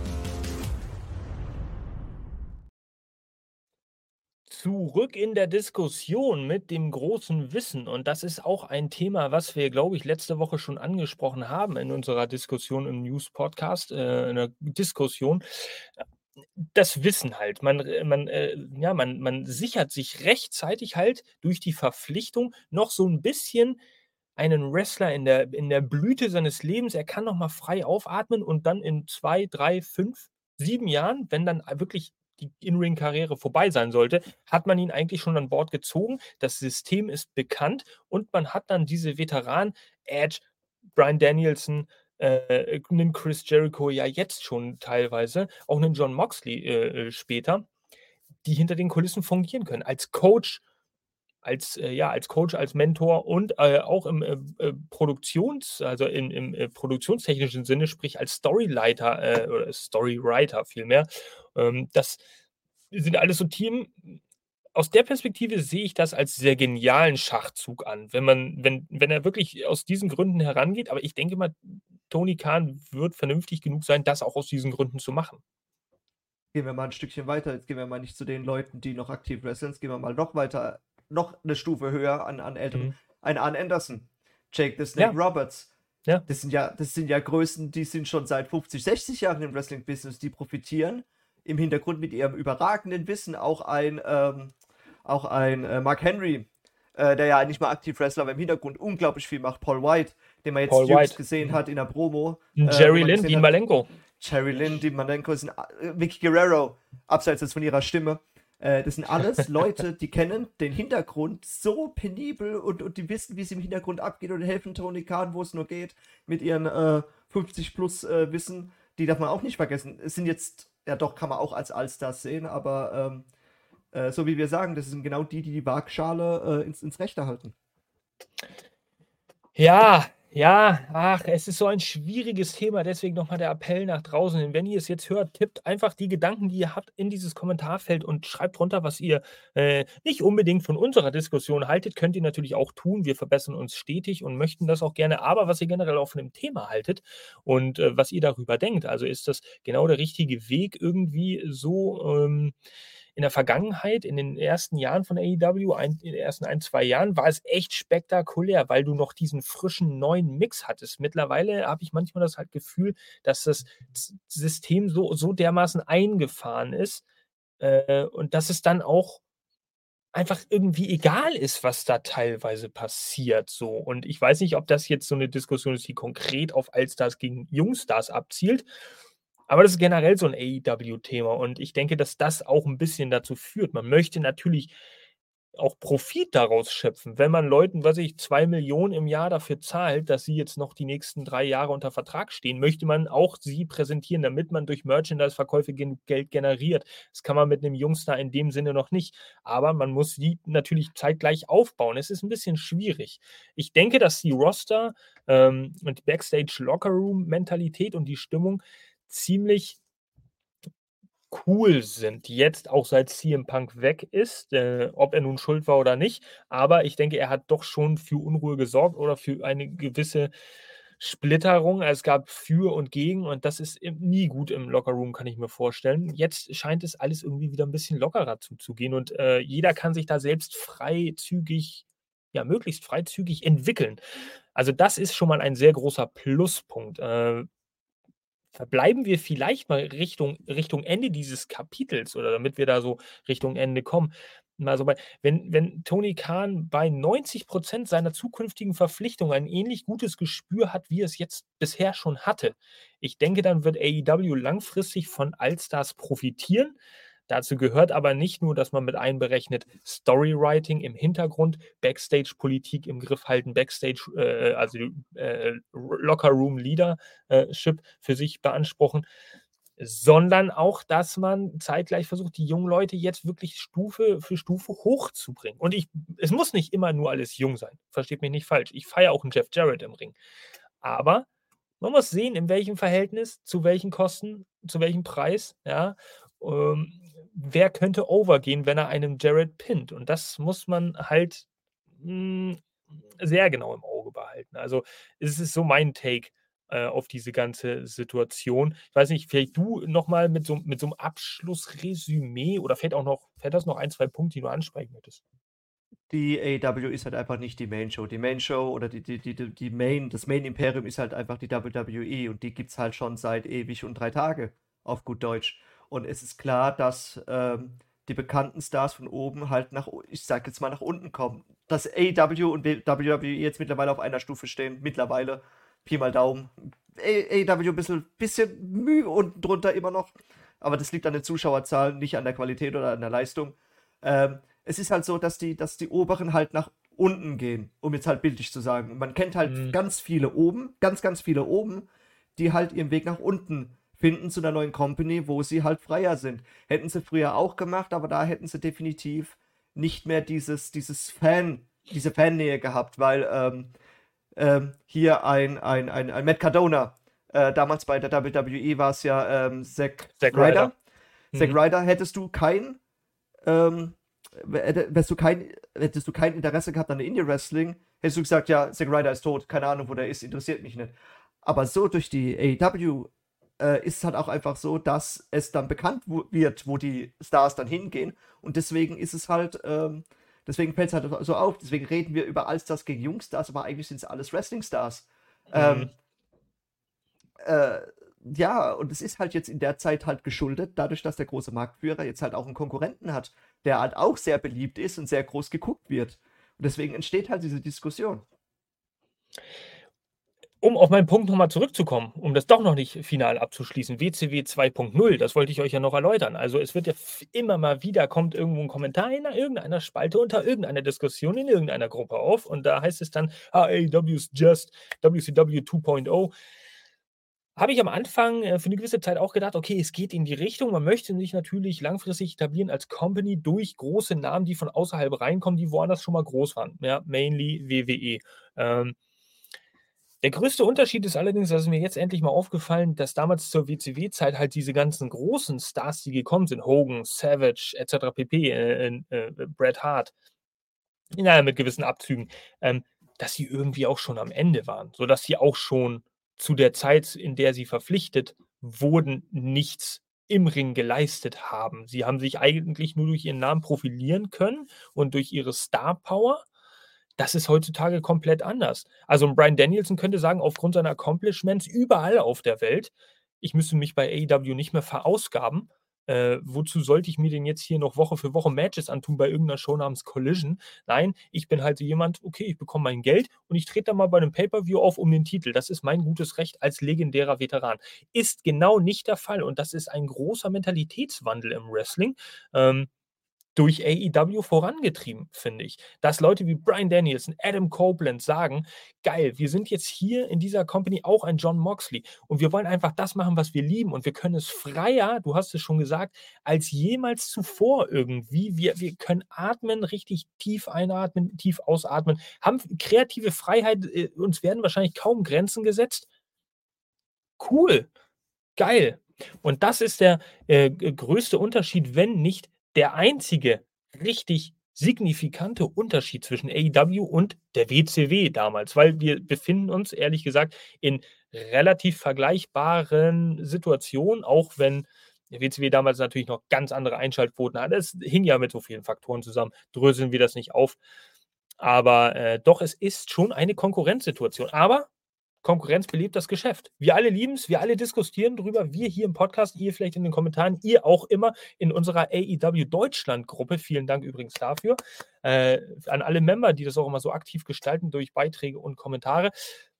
Zurück in der Diskussion mit dem großen Wissen. Und das ist auch ein Thema, was wir, glaube ich, letzte Woche schon angesprochen haben in unserer Diskussion im News-Podcast, in der Diskussion. Das Wissen halt. Man sichert sich rechtzeitig halt durch die Verpflichtung noch so ein bisschen einen Wrestler in der Blüte seines Lebens. Er kann noch mal frei aufatmen und dann in 2, 3, 5, 7 Jahren, wenn dann wirklich die In-Ring-Karriere vorbei sein sollte, hat man ihn eigentlich schon an Bord gezogen. Das System ist bekannt und man hat dann diese Veteranen, Edge, Bryan Danielson, 'nen Chris Jericho ja jetzt schon teilweise, auch 'nen Jon Moxley, später, die hinter den Kulissen fungieren können. Als Coach, als Coach, als Mentor und, auch im, produktionstechnischen Sinne, sprich als Storyleiter, oder Storywriter vielmehr. Das sind alles so Themen. Aus der Perspektive sehe ich das als sehr genialen Schachzug an, wenn er wirklich aus diesen Gründen herangeht. Aber ich denke mal, Tony Khan wird vernünftig genug sein, das auch aus diesen Gründen zu machen. Gehen wir mal ein Stückchen weiter. Jetzt gehen wir mal nicht zu den Leuten, die noch aktiv wresteln. Jetzt gehen wir mal noch weiter, noch eine Stufe höher an älteren. Mhm. Ein Arn Anderson, Jake the Snake Ja, Roberts. ja. Das sind ja Größen, die sind schon seit 50, 60 Jahren im Wrestling-Business, die profitieren im Hintergrund mit ihrem überragenden Wissen. Auch ein Mark Henry, der ja nicht mal aktiv Wrestler, aber im Hintergrund unglaublich viel macht. Paul White, den man jetzt Paul jüngst White. gesehen hat in der Promo, 'N wo Jerry man Lynn, gesehen Dean hat, Malenko. Cherry Lynn, Dean Malenko, Vicky Guerrero, abseits jetzt von ihrer Stimme. Das sind alles Leute, die kennen den Hintergrund so penibel und die wissen, wie es im Hintergrund abgeht und helfen Tony Khan, wo es nur geht, mit ihren 50 plus Wissen. Die darf man auch nicht vergessen. Es sind jetzt, ja doch, kann man auch als Allstars sehen, aber so wie wir sagen, das sind genau die Waagschale ins Rechte halten. Ja, ja, ach, es ist so ein schwieriges Thema, deswegen noch mal der Appell nach draußen hin. Wenn ihr es jetzt hört, tippt einfach die Gedanken, die ihr habt, in dieses Kommentarfeld und schreibt drunter, was ihr, nicht unbedingt von unserer Diskussion haltet. Könnt ihr natürlich auch tun. Wir verbessern uns stetig und möchten das auch gerne, aber was ihr generell auch von dem Thema haltet und, was ihr darüber denkt. Also, ist das genau der richtige Weg irgendwie so, in der Vergangenheit, in den ersten Jahren von AEW, in den ersten 2 Jahren, war es echt spektakulär, weil du noch diesen frischen neuen Mix hattest. Mittlerweile habe ich manchmal das halt Gefühl, dass das System so dermaßen eingefahren ist, und dass es dann auch einfach irgendwie egal ist, was da teilweise passiert so. Und ich weiß nicht, ob das jetzt so eine Diskussion ist, die konkret auf Allstars gegen Jungstars abzielt, aber das ist generell so 'n AEW-Thema und ich denke, dass das auch 'n bisschen dazu führt. Man möchte natürlich auch Profit daraus schöpfen. Wenn man Leuten, weiß ich, 2 Millionen im Jahr dafür zahlt, dass sie jetzt noch die nächsten 3 Jahre unter Vertrag stehen, möchte man auch sie präsentieren, damit man durch Merchandise-Verkäufe Geld generiert. Das kann man mit 'nem Jungstar in dem Sinne noch nicht, aber man muss die natürlich zeitgleich aufbauen. Es ist 'n bisschen schwierig. Ich denke, dass die Roster, und die Backstage-Locker-Room-Mentalität und die Stimmung ziemlich cool sind, jetzt auch seit CM Punk weg ist, ob er nun schuld war oder nicht. Aber ich denke, er hat doch schon für Unruhe gesorgt oder für eine gewisse Splitterung. Es gab für und gegen und das ist nie gut im Lockerroom, kann ich mir vorstellen. Jetzt scheint es alles irgendwie wieder ein bisschen lockerer zuzugehen und, jeder kann sich da selbst freizügig ja, möglichst freizügig entwickeln. Also, das ist schon mal ein sehr großer Pluspunkt. Verbleiben wir vielleicht mal Richtung Ende dieses Kapitels oder damit wir da so Richtung Ende kommen, mal so bei wenn Tony Khan bei 90% seiner zukünftigen Verpflichtungen ein ähnlich gutes Gespür hat, wie er es jetzt bisher schon hatte. Ich denke, dann wird AEW langfristig von Allstars profitieren. Dazu gehört aber nicht nur, dass man mit einberechnet Storywriting im Hintergrund, Backstage-Politik im Griff halten, Backstage, also, Locker Room Leader Ship für sich beanspruchen, sondern auch, dass man zeitgleich versucht, die jungen Leute jetzt wirklich Stufe für Stufe hochzubringen. Und es muss nicht immer nur alles jung sein, versteht mich nicht falsch. Ich feiere auch 'n Jeff Jarrett im Ring. Aber man muss sehen, in welchem Verhältnis, zu welchen Kosten, zu welchem Preis, ja. Wer könnte overgehen, wenn er einen Jarrett pinnt? Und das muss man halt, hm, sehr genau im Auge behalten. Also, es ist so mein Take, auf diese ganze Situation. Ich weiß nicht, vielleicht du noch mal mit so 'nem Abschlussresümee oder fällt das noch ein, 2 Punkte, die du ansprechen möchtest? Die AEW ist halt einfach nicht die Main Show. Die Main Show oder das Main Imperium ist halt einfach die WWE und die gibt's halt schon seit ewig und 3 Tage, auf gut Deutsch. Und es ist klar, dass die bekannten Stars von oben halt ich sag jetzt mal, nach unten kommen. Dass AEW und WWE jetzt mittlerweile auf einer Stufe stehen, mittlerweile, Pi mal Daumen. AEW ein bisschen Mühe unten drunter immer noch, aber das liegt an den Zuschauerzahlen, nicht an der Qualität oder an der Leistung. Es ist halt so, dass die Oberen halt nach unten gehen, um jetzt halt bildlich zu sagen. Man kennt halt Mhm. ganz viele oben, ganz viele oben, die halt ihren Weg nach unten finden zu einer neuen Company, wo sie halt freier sind. Hätten sie früher auch gemacht, aber da hätten sie definitiv nicht mehr diese Fannähe gehabt, weil hier ein Matt Cardona, damals bei der WWE war es ja Zack Zack Ryder. Ryder. Zack Mhm. Ryder, ähm, hättest du kein Interesse gehabt an der Indie-Wrestling, hättest du gesagt, ja, Zack Ryder ist tot, keine Ahnung, wo der ist, interessiert mich nicht. Aber so durch die AEW ist es halt auch einfach so, dass es dann bekannt wird, wo die Stars dann hingehen. Und deswegen ist es halt, deswegen fällt es halt so auf. Deswegen reden wir über Allstars gegen Jungstars, aber eigentlich sind es alles Wrestling-Stars. Mhm. Ähm, äh, ja, und es ist halt jetzt in der Zeit halt geschuldet, dadurch, dass der große Marktführer jetzt halt auch einen Konkurrenten hat, der halt auch sehr beliebt ist und sehr groß geguckt wird. Und deswegen entsteht halt diese Diskussion. Um auf meinen Punkt nochmal zurückzukommen, um das doch noch nicht final abzuschließen, WCW 2.0, das wollte ich euch ja noch erläutern. Also es wird ja immer mal wieder, kommt irgendwo ein Kommentar in irgendeiner Spalte unter irgendeiner Diskussion in irgendeiner Gruppe auf und da heißt es dann, AEW ist just WCW 2.0. Habe ich am Anfang für eine gewisse Zeit auch gedacht, okay, es geht in die Richtung. Man möchte sich natürlich langfristig etablieren als Company durch große Namen, die von außerhalb reinkommen, die woanders schon mal groß waren. Ja, mainly WWE. Der größte Unterschied ist allerdings, das ist mir jetzt endlich mal aufgefallen, dass damals zur WCW-Zeit halt diese ganzen großen Stars, die gekommen sind, Hogan, Savage et cetera pp., Bret Hart, ja, mit gewissen Abzügen, dass sie irgendwie auch schon am Ende waren, sodass sie auch schon zu der Zeit, in der sie verpflichtet wurden, nichts im Ring geleistet haben. Sie haben sich eigentlich nur durch ihren Namen profilieren können und durch ihre Star Power. Das ist heutzutage komplett anders. Also 'n Bryan Danielson könnte sagen, aufgrund seiner Accomplishments überall auf der Welt: „Ich müsste mich bei AEW nicht mehr verausgaben. Wozu sollte ich mir denn jetzt hier noch Woche für Woche Matches antun bei irgend 'ner Show namens Collision? Nein, ich bin halt so jemand, okay, ich bekomme mein Geld und ich trete da mal bei 'nem Pay-per-View auf um den Titel. Das ist mein gutes Recht als legendärer Veteran." Ist genau nicht der Fall und das ist ein großer Mentalitätswandel im Wrestling, ähm, durch AEW vorangetrieben, finde ich. Dass Leute wie Bryan Danielson, Adam Copeland sagen: „Geil, wir sind jetzt hier in dieser Company auch ein Jon Moxley und wir wollen einfach das machen, was wir lieben und wir können es freier, du hast es schon gesagt, als jemals zuvor irgendwie. Wir können atmen, richtig tief einatmen, tief ausatmen, haben kreative Freiheit, uns werden wahrscheinlich kaum Grenzen gesetzt. Cool, geil." Und das ist der, größte Unterschied, wenn nicht der einzige richtig signifikante Unterschied zwischen AEW und der WCW damals, weil wir befinden uns, ehrlich gesagt, in relativ vergleichbaren Situationen, auch wenn der WCW damals natürlich noch ganz andere Einschaltquoten hatte. Es hing ja mit so vielen Faktoren zusammen. Dröseln wir das nicht auf. Aber, doch, es ist schon eine Konkurrenzsituation. Aber Konkurrenz belebt das Geschäft. Wir alle lieben es, wir alle diskutieren drüber, wir hier im Podcast, ihr vielleicht in den Kommentaren, ihr auch immer in unserer AEW Deutschland-Gruppe. Vielen Dank übrigens dafür. An alle Member, die das auch immer so aktiv gestalten durch Beiträge und Kommentare.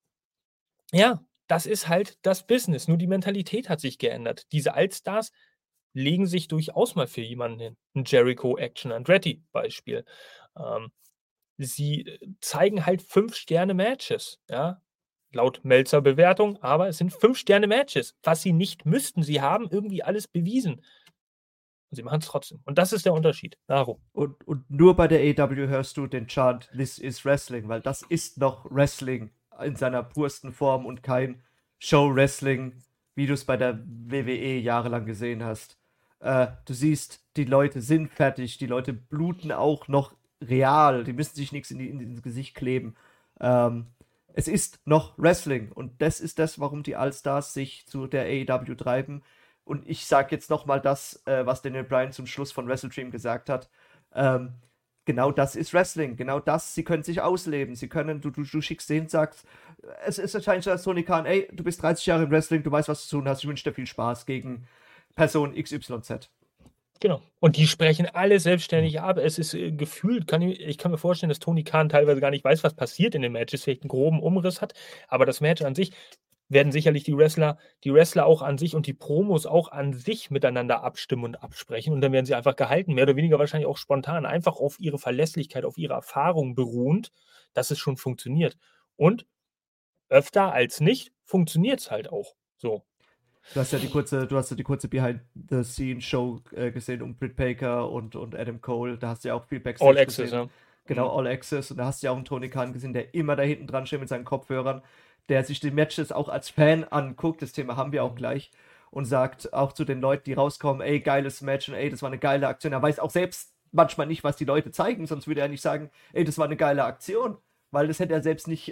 Ja, das ist halt das Business, nur die Mentalität hat sich geändert. Diese Altstars legen sich durchaus mal für jemanden hin. 'N Jericho, Action Andretti Beispiel. Ähm, sie, zeigen halt 5 Sterne-Matches, ja, laut Meltzer-Bewertung, aber es sind 5 Sterne-Matches, was sie nicht müssten. Sie haben irgendwie alles bewiesen und sie machen's trotzdem. Und das ist der Unterschied. Darum. Und nur bei der AEW hörst du den Chant This is Wrestling, weil das ist noch Wrestling in seiner pursten Form und kein Show-Wrestling, wie du es bei der WWE jahrelang gesehen hast. Du siehst, die Leute sind fertig, die Leute bluten auch noch real, die müssen sich nichts ins Gesicht kleben. Ähm, Es ist noch Wrestling und das ist das, warum die Allstars sich zu der AEW treiben. Und ich sage jetzt nochmal das, was Daniel Bryan zum Schluss von Wrestle Dream gesagt hat. Ähm, genau das ist Wrestling. Genau das. Sie können sich ausleben. Sie können, du schickst den, sagst, es ist wahrscheinlich als Tony Khan, ey, du bist 30 Jahre im Wrestling, du weißt, was du zu tun hast, ich wünsche dir viel Spaß gegen Person XYZ. Genau. Und die sprechen alle selbstständig ab. Es ist, gefühlt ich kann mir vorstellen, dass Tony Khan teilweise gar nicht weiß, was passiert in den Matches, vielleicht 'n groben Umriss hat, aber das Match an sich werden sicherlich die Wrestler auch an sich und die Promos auch an sich miteinander abstimmen und absprechen und dann werden sie einfach gehalten, mehr oder weniger wahrscheinlich auch spontan, einfach auf ihre Verlässlichkeit, auf ihre Erfahrung beruhend, dass es schon funktioniert. Und öfter als nicht funktioniert's halt auch. So. Du hast ja die kurze Behind-the-Scenes-Show gesehen um Britt Baker und Adam Cole. Da hast du ja auch viel All Backstage Access, gesehen. ja. Genau, All Access. Und da hast du ja auch einen Tony Khan gesehen, der immer da hinten dran steht mit seinen Kopfhörern, der sich die Matches auch als Fan anguckt. Das Thema haben wir auch gleich. Und sagt auch zu den Leuten, die rauskommen, ey, geiles Match und ey, das war eine geile Aktion. Er weiß auch selbst manchmal nicht, was die Leute zeigen, sonst würde er nicht sagen, ey, das war eine geile Aktion. Weil das hätte er selbst nicht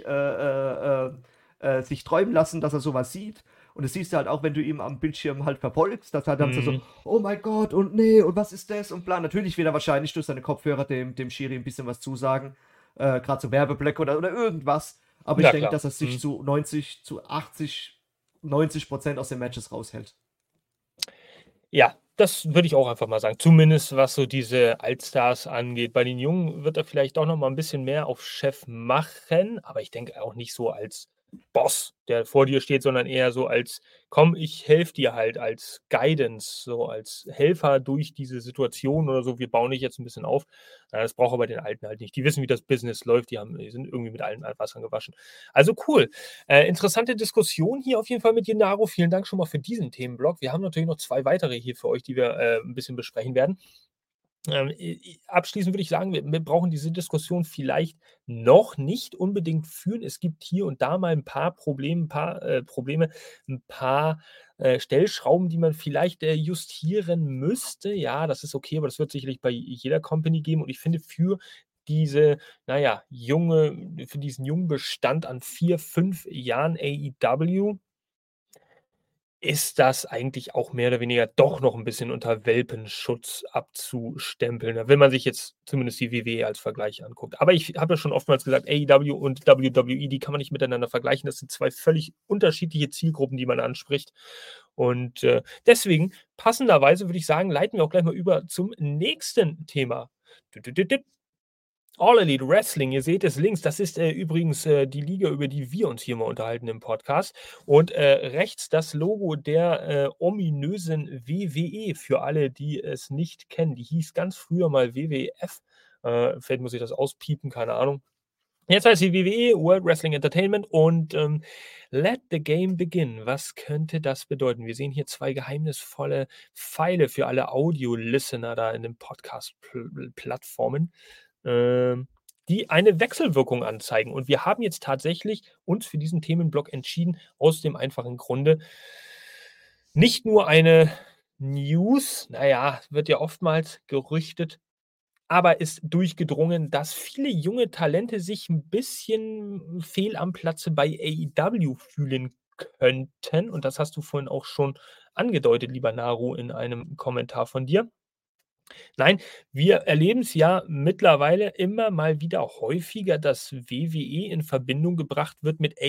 sich träumen lassen, dass er sowas sieht. Und das siehst du halt auch, wenn du ihm am Bildschirm halt verfolgst, dass er dann so, Mhm. oh mein Gott, und nee, und was ist das? Und bla. Natürlich wird er wahrscheinlich durch seine Kopfhörer dem Schiri ein bisschen was zusagen. Gerade so Werbeblöcke oder irgendwas. Aber ich Ja, denke, klar. dass er sich zu 90, zu 80, 90% aus den Matches raushält. Ja, das würde ich auch einfach mal sagen. Zumindest was so diese Allstars angeht. Bei den Jungen wird er vielleicht auch noch mal 'n bisschen mehr auf Chef machen, aber ich denke auch nicht so als Boss, der vor dir steht, sondern eher so als: „Komm, ich helfe dir halt“, als Guidance, so als Helfer durch diese Situation oder so. „Wir bauen dich jetzt 'n bisschen auf.“ das braucht er bei den Alten halt nicht. Die wissen, wie das Business läuft. Die sind irgendwie mit allen Wassern gewaschen. Also cool. Interessante Diskussion hier auf jeden Fall mit dir, Naro. Vielen Dank schon mal für diesen Themenblock. Wir haben natürlich noch 2 weitere hier für euch, die wir, 'n bisschen besprechen werden. Abschließend würde ich sagen, wir brauchen diese Diskussion vielleicht noch nicht unbedingt führen. Es gibt hier und da mal ein paar Probleme, ein paar, Stellschrauben, die man vielleicht, justieren müsste. Ja, das ist okay, aber das wird sicherlich bei jeder Company geben und ich finde, diese, für diesen jungen Bestand an 4, 5 Jahren AEW ist das eigentlich auch mehr oder weniger doch noch 'n bisschen unter Welpenschutz abzustempeln, ne, wenn man sich jetzt zumindest die WWE als Vergleich anguckt. Aber ich habe ja schon oftmals gesagt, AEW und WWE, die kann man nicht miteinander vergleichen. Das sind 2 völlig unterschiedliche Zielgruppen, die man anspricht. Und, deswegen passenderweise würde ich sagen, leiten wir auch gleich mal über zum nächsten Thema. Düt. All Elite Wrestling, ihr seht es links, das ist, übrigens, die Liga, über die wir uns hier mal unterhalten im Podcast. Und, rechts das Logo der, ominösen WWE für alle, die es nicht kennen. Die hieß ganz früher mal WWF. Vielleicht muss ich das auspiepen, keine Ahnung. Jetzt heißt sie WWE, World Wrestling Entertainment und, let the game begin. Was könnte das bedeuten? Wir sehen hier 2 geheimnisvolle Pfeile für alle Audio-Listener da in den Podcast Plattformen, die eine Wechselwirkung anzeigen. Und wir haben jetzt tatsächlich uns für diesen Themenblock entschieden, aus dem einfachen Grunde, nicht nur eine News, wird ja oftmals gerüchtet, aber ist durchgedrungen, dass viele junge Talente sich 'n bisschen fehl am Platze bei AEW fühlen könnten. Und das hast du vorhin auch schon angedeutet, lieber Naru, in einem Kommentar von dir. Nein, wir erleben's ja mittlerweile immer mal wieder häufiger, dass WWE in Verbindung gebracht wird mit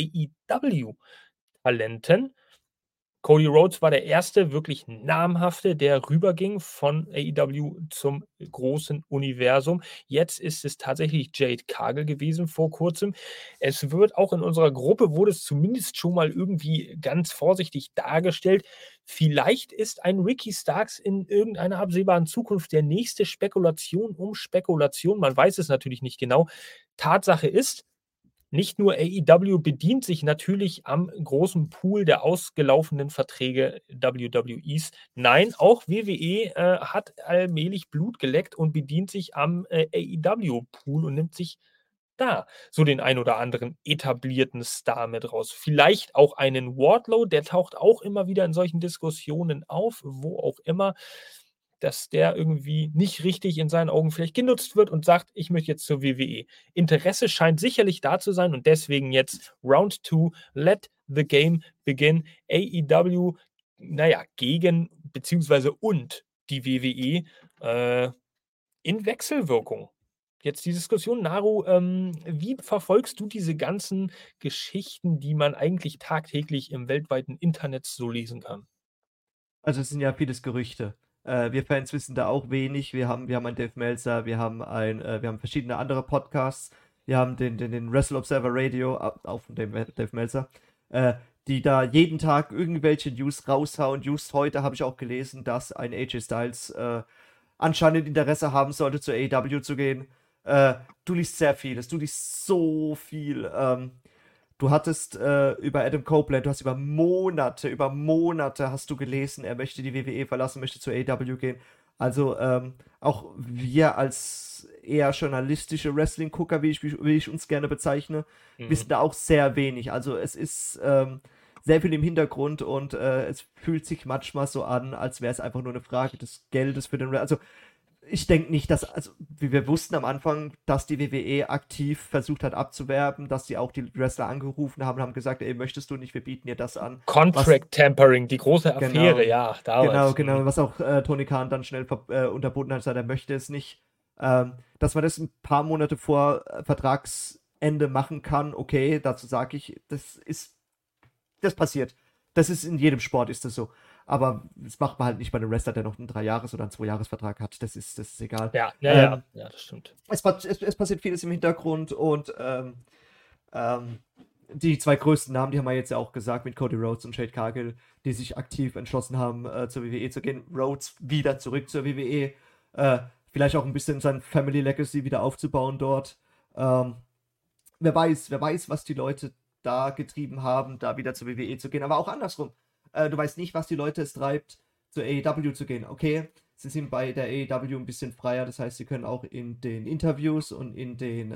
AEW-Talenten. Cody Rhodes war der erste wirklich namhafte, der rüberging von AEW zum großen Universum. Jetzt ist es tatsächlich Jade Cargill gewesen vor Kurzem. Es wird auch in unserer Gruppe wurde es zumindest schon mal irgendwie ganz vorsichtig dargestellt. Vielleicht ist ein Ricky Starks in irgendeiner absehbaren Zukunft der nächste Spekulation um Spekulation. Man weiß es natürlich nicht genau. Tatsache ist, nicht nur AEW bedient sich natürlich am großen Pool der ausgelaufenen Verträge WWEs. Nein, auch WWE, hat allmählich Blut geleckt und bedient sich am, AEW-Pool und nimmt sich da so den ein oder anderen etablierten Star mit raus. Vielleicht auch einen Wardlow, der taucht auch immer wieder in solchen Diskussionen auf, wo auch immer, dass der irgendwie nicht richtig in seinen Augen vielleicht genutzt wird und sagt: „Ich möchte jetzt zur WWE.“ Interesse scheint sicherlich da zu sein und deswegen jetzt Round 2, let the game begin. AEW, gegen beziehungsweise und die WWE, in Wechselwirkung. Jetzt die Diskussion, Naru, wie verfolgst du diese ganzen Geschichten, die man eigentlich tagtäglich im weltweiten Internet so lesen kann? Also es sind ja vieles Gerüchte. Wir Fans wissen da auch wenig. Wir haben einen Dave Meltzer, wir haben verschiedene andere Podcasts. Wir haben den Wrestle Observer Radio, auch von Dave Meltzer, äh, die da jeden Tag irgendwelche News raushauen. Just heute habe ich auch gelesen, dass ein AJ Styles anscheinend Interesse haben sollte, zur AEW zu gehen. Du liest sehr vieles, du liest so viel. Du hattest über Adam Copeland, du hast über Monate hast du gelesen, er möchte die WWE verlassen, möchte zur AEW gehen. Also auch wir als eher journalistische Wrestling-Gucker, wie ich uns gerne bezeichne, wissen da auch sehr wenig. Also es ist sehr viel im Hintergrund und es fühlt sich manchmal so an, als wäre es einfach nur eine Frage des Geldes für den Wrestler. Also ich denke nicht, dass, also wie wir wussten am Anfang, dass die WWE aktiv versucht hat abzuwerben, dass sie auch die Wrestler angerufen haben und haben gesagt, ey, möchtest du nicht, wir bieten dir das an. Contract Tampering, die große Affäre, Genau, ja, damals. genau, was auch Tony Khan dann schnell unterbunden hat, sagt, er möchte es nicht. Dass man das ein paar Monate vor Vertragsende machen kann, okay, dazu sage ich, das passiert. Das ist in jedem Sport ist das so. Aber das macht man halt nicht bei einem Wrestler, der noch einen 3-Jahres- oder einen 2-Jahres-Vertrag hat. Das ist egal. Ja, das stimmt. Es passiert vieles im Hintergrund und die zwei größten Namen, die haben wir jetzt ja auch gesagt, mit Cody Rhodes und Jade Cargill, die sich aktiv entschlossen haben, zur WWE zu gehen. Rhodes wieder zurück zur WWE. Vielleicht auch ein bisschen sein Family Legacy wieder aufzubauen dort. Wer weiß, was die Leute da getrieben haben, da wieder zur WWE zu gehen. Aber auch andersrum. Du weißt nicht, was die Leute es treibt, zur AEW zu gehen. Okay, sie sind bei der AEW ein bisschen freier, das heißt, sie können auch in den Interviews und in den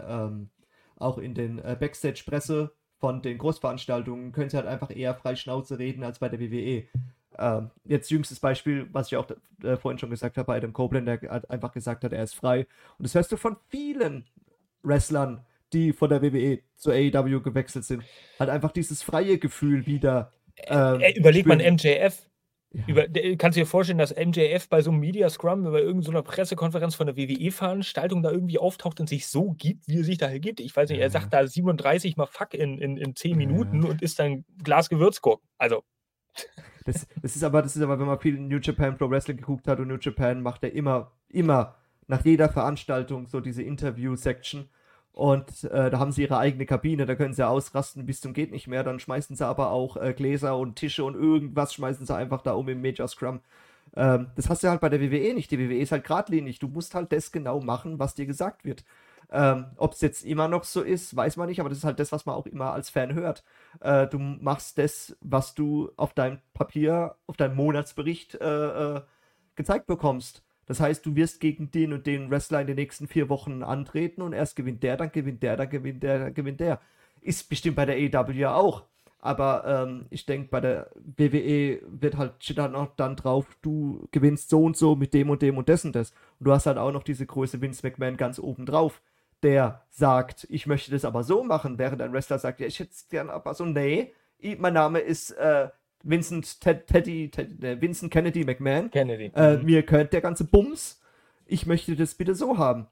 Backstage-Presse von den Großveranstaltungen können sie halt einfach eher frei Schnauze reden als bei der WWE. Jetzt jüngstes Beispiel, was ich auch vorhin schon gesagt habe, bei Adam Copeland, der halt einfach gesagt hat, er ist frei. Und das hörst du von vielen Wrestlern, die von der WWE zur AEW gewechselt sind. Halt einfach dieses freie Gefühl wieder. Überlegt man spüren. MJF. Ja. Kannst du dir vorstellen, dass MJF bei so einem Media Scrum, bei irgendeiner Pressekonferenz von der WWE-Veranstaltung da irgendwie auftaucht und sich so gibt, wie er sich da gibt? Ich weiß nicht, er sagt da 37 mal Fuck in 10 Minuten und isst dann Glas Gewürzgurken. Also. Das ist aber, wenn man viel New Japan Pro Wrestling geguckt hat und New Japan macht er immer nach jeder Veranstaltung so diese Interview-Section. Und da haben sie ihre eigene Kabine, da können sie ausrasten bis zum geht nicht mehr. Dann schmeißen sie aber auch Gläser und Tische und irgendwas schmeißen sie einfach da im Major Scrum. Das hast du halt bei der WWE nicht. Die WWE ist halt geradlinig. Du musst halt das genau machen, was dir gesagt wird. Ob es jetzt immer noch so ist, weiß man nicht, aber das ist halt das, was man auch immer als Fan hört. Du machst das, was du auf deinem Papier, auf deinem Monatsbericht gezeigt bekommst. Das heißt, du wirst gegen den und den Wrestler in den nächsten 4 Wochen antreten und erst gewinnt der, dann gewinnt der, dann gewinnt der, dann gewinnt der. Ist bestimmt bei der AEW ja auch. Aber ich denke, bei der WWE steht halt noch dann drauf, du gewinnst so und so mit dem und dem und das und das. Und du hast halt auch noch diese Größe Vince McMahon ganz oben drauf, der sagt, ich möchte das aber so machen, während ein Wrestler sagt, ja, ich hätte es gern aber so, nee, mein Name ist Vincent Kennedy McMahon. Kennedy. Mir gehört der ganze Bums. Ich möchte das bitte so haben.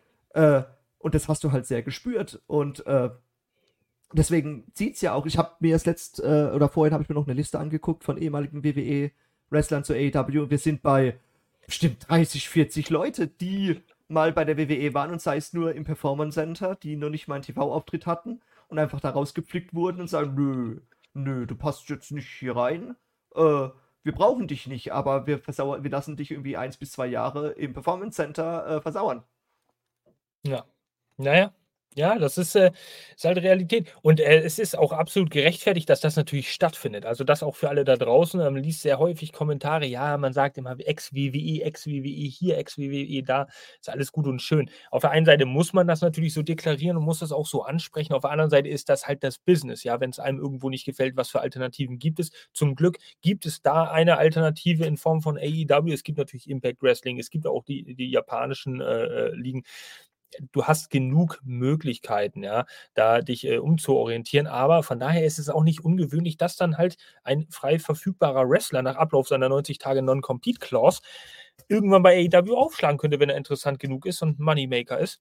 Und das hast du halt sehr gespürt. Und deswegen zieht es ja auch. Ich habe mir vorhin habe ich mir noch eine Liste angeguckt von ehemaligen WWE-Wrestlern zur AEW. Wir sind bei bestimmt 30, 40 Leute, die mal bei der WWE waren und sei es nur im Performance Center, die noch nicht mal einen TV-Auftritt hatten und einfach da rausgepflückt wurden und sagen, nö, du passt jetzt nicht hier rein. Wir brauchen dich nicht, aber wir lassen dich irgendwie 1 bis 2 Jahre im Performance Center versauern. Ja. Naja. Ja, das ist halt Realität. Und es ist auch absolut gerechtfertigt, dass das natürlich stattfindet. Also das auch für alle da draußen. Man liest sehr häufig Kommentare, ja, man sagt immer Ex-WWE hier, Ex-WWE da. Ist alles gut und schön. Auf der einen Seite muss man das natürlich so deklarieren und muss das auch so ansprechen. Auf der anderen Seite ist das halt das Business. Ja, wenn es einem irgendwo nicht gefällt, was für Alternativen gibt es. Zum Glück gibt es da eine Alternative in Form von AEW. Es gibt natürlich Impact Wrestling. Es gibt auch die japanischen Ligen. Du hast genug Möglichkeiten, ja, da dich umzuorientieren, aber von daher ist es auch nicht ungewöhnlich, dass dann halt ein frei verfügbarer Wrestler nach Ablauf seiner 90 Tage Non-Compete-Clause irgendwann bei AEW aufschlagen könnte, wenn er interessant genug ist und Moneymaker ist.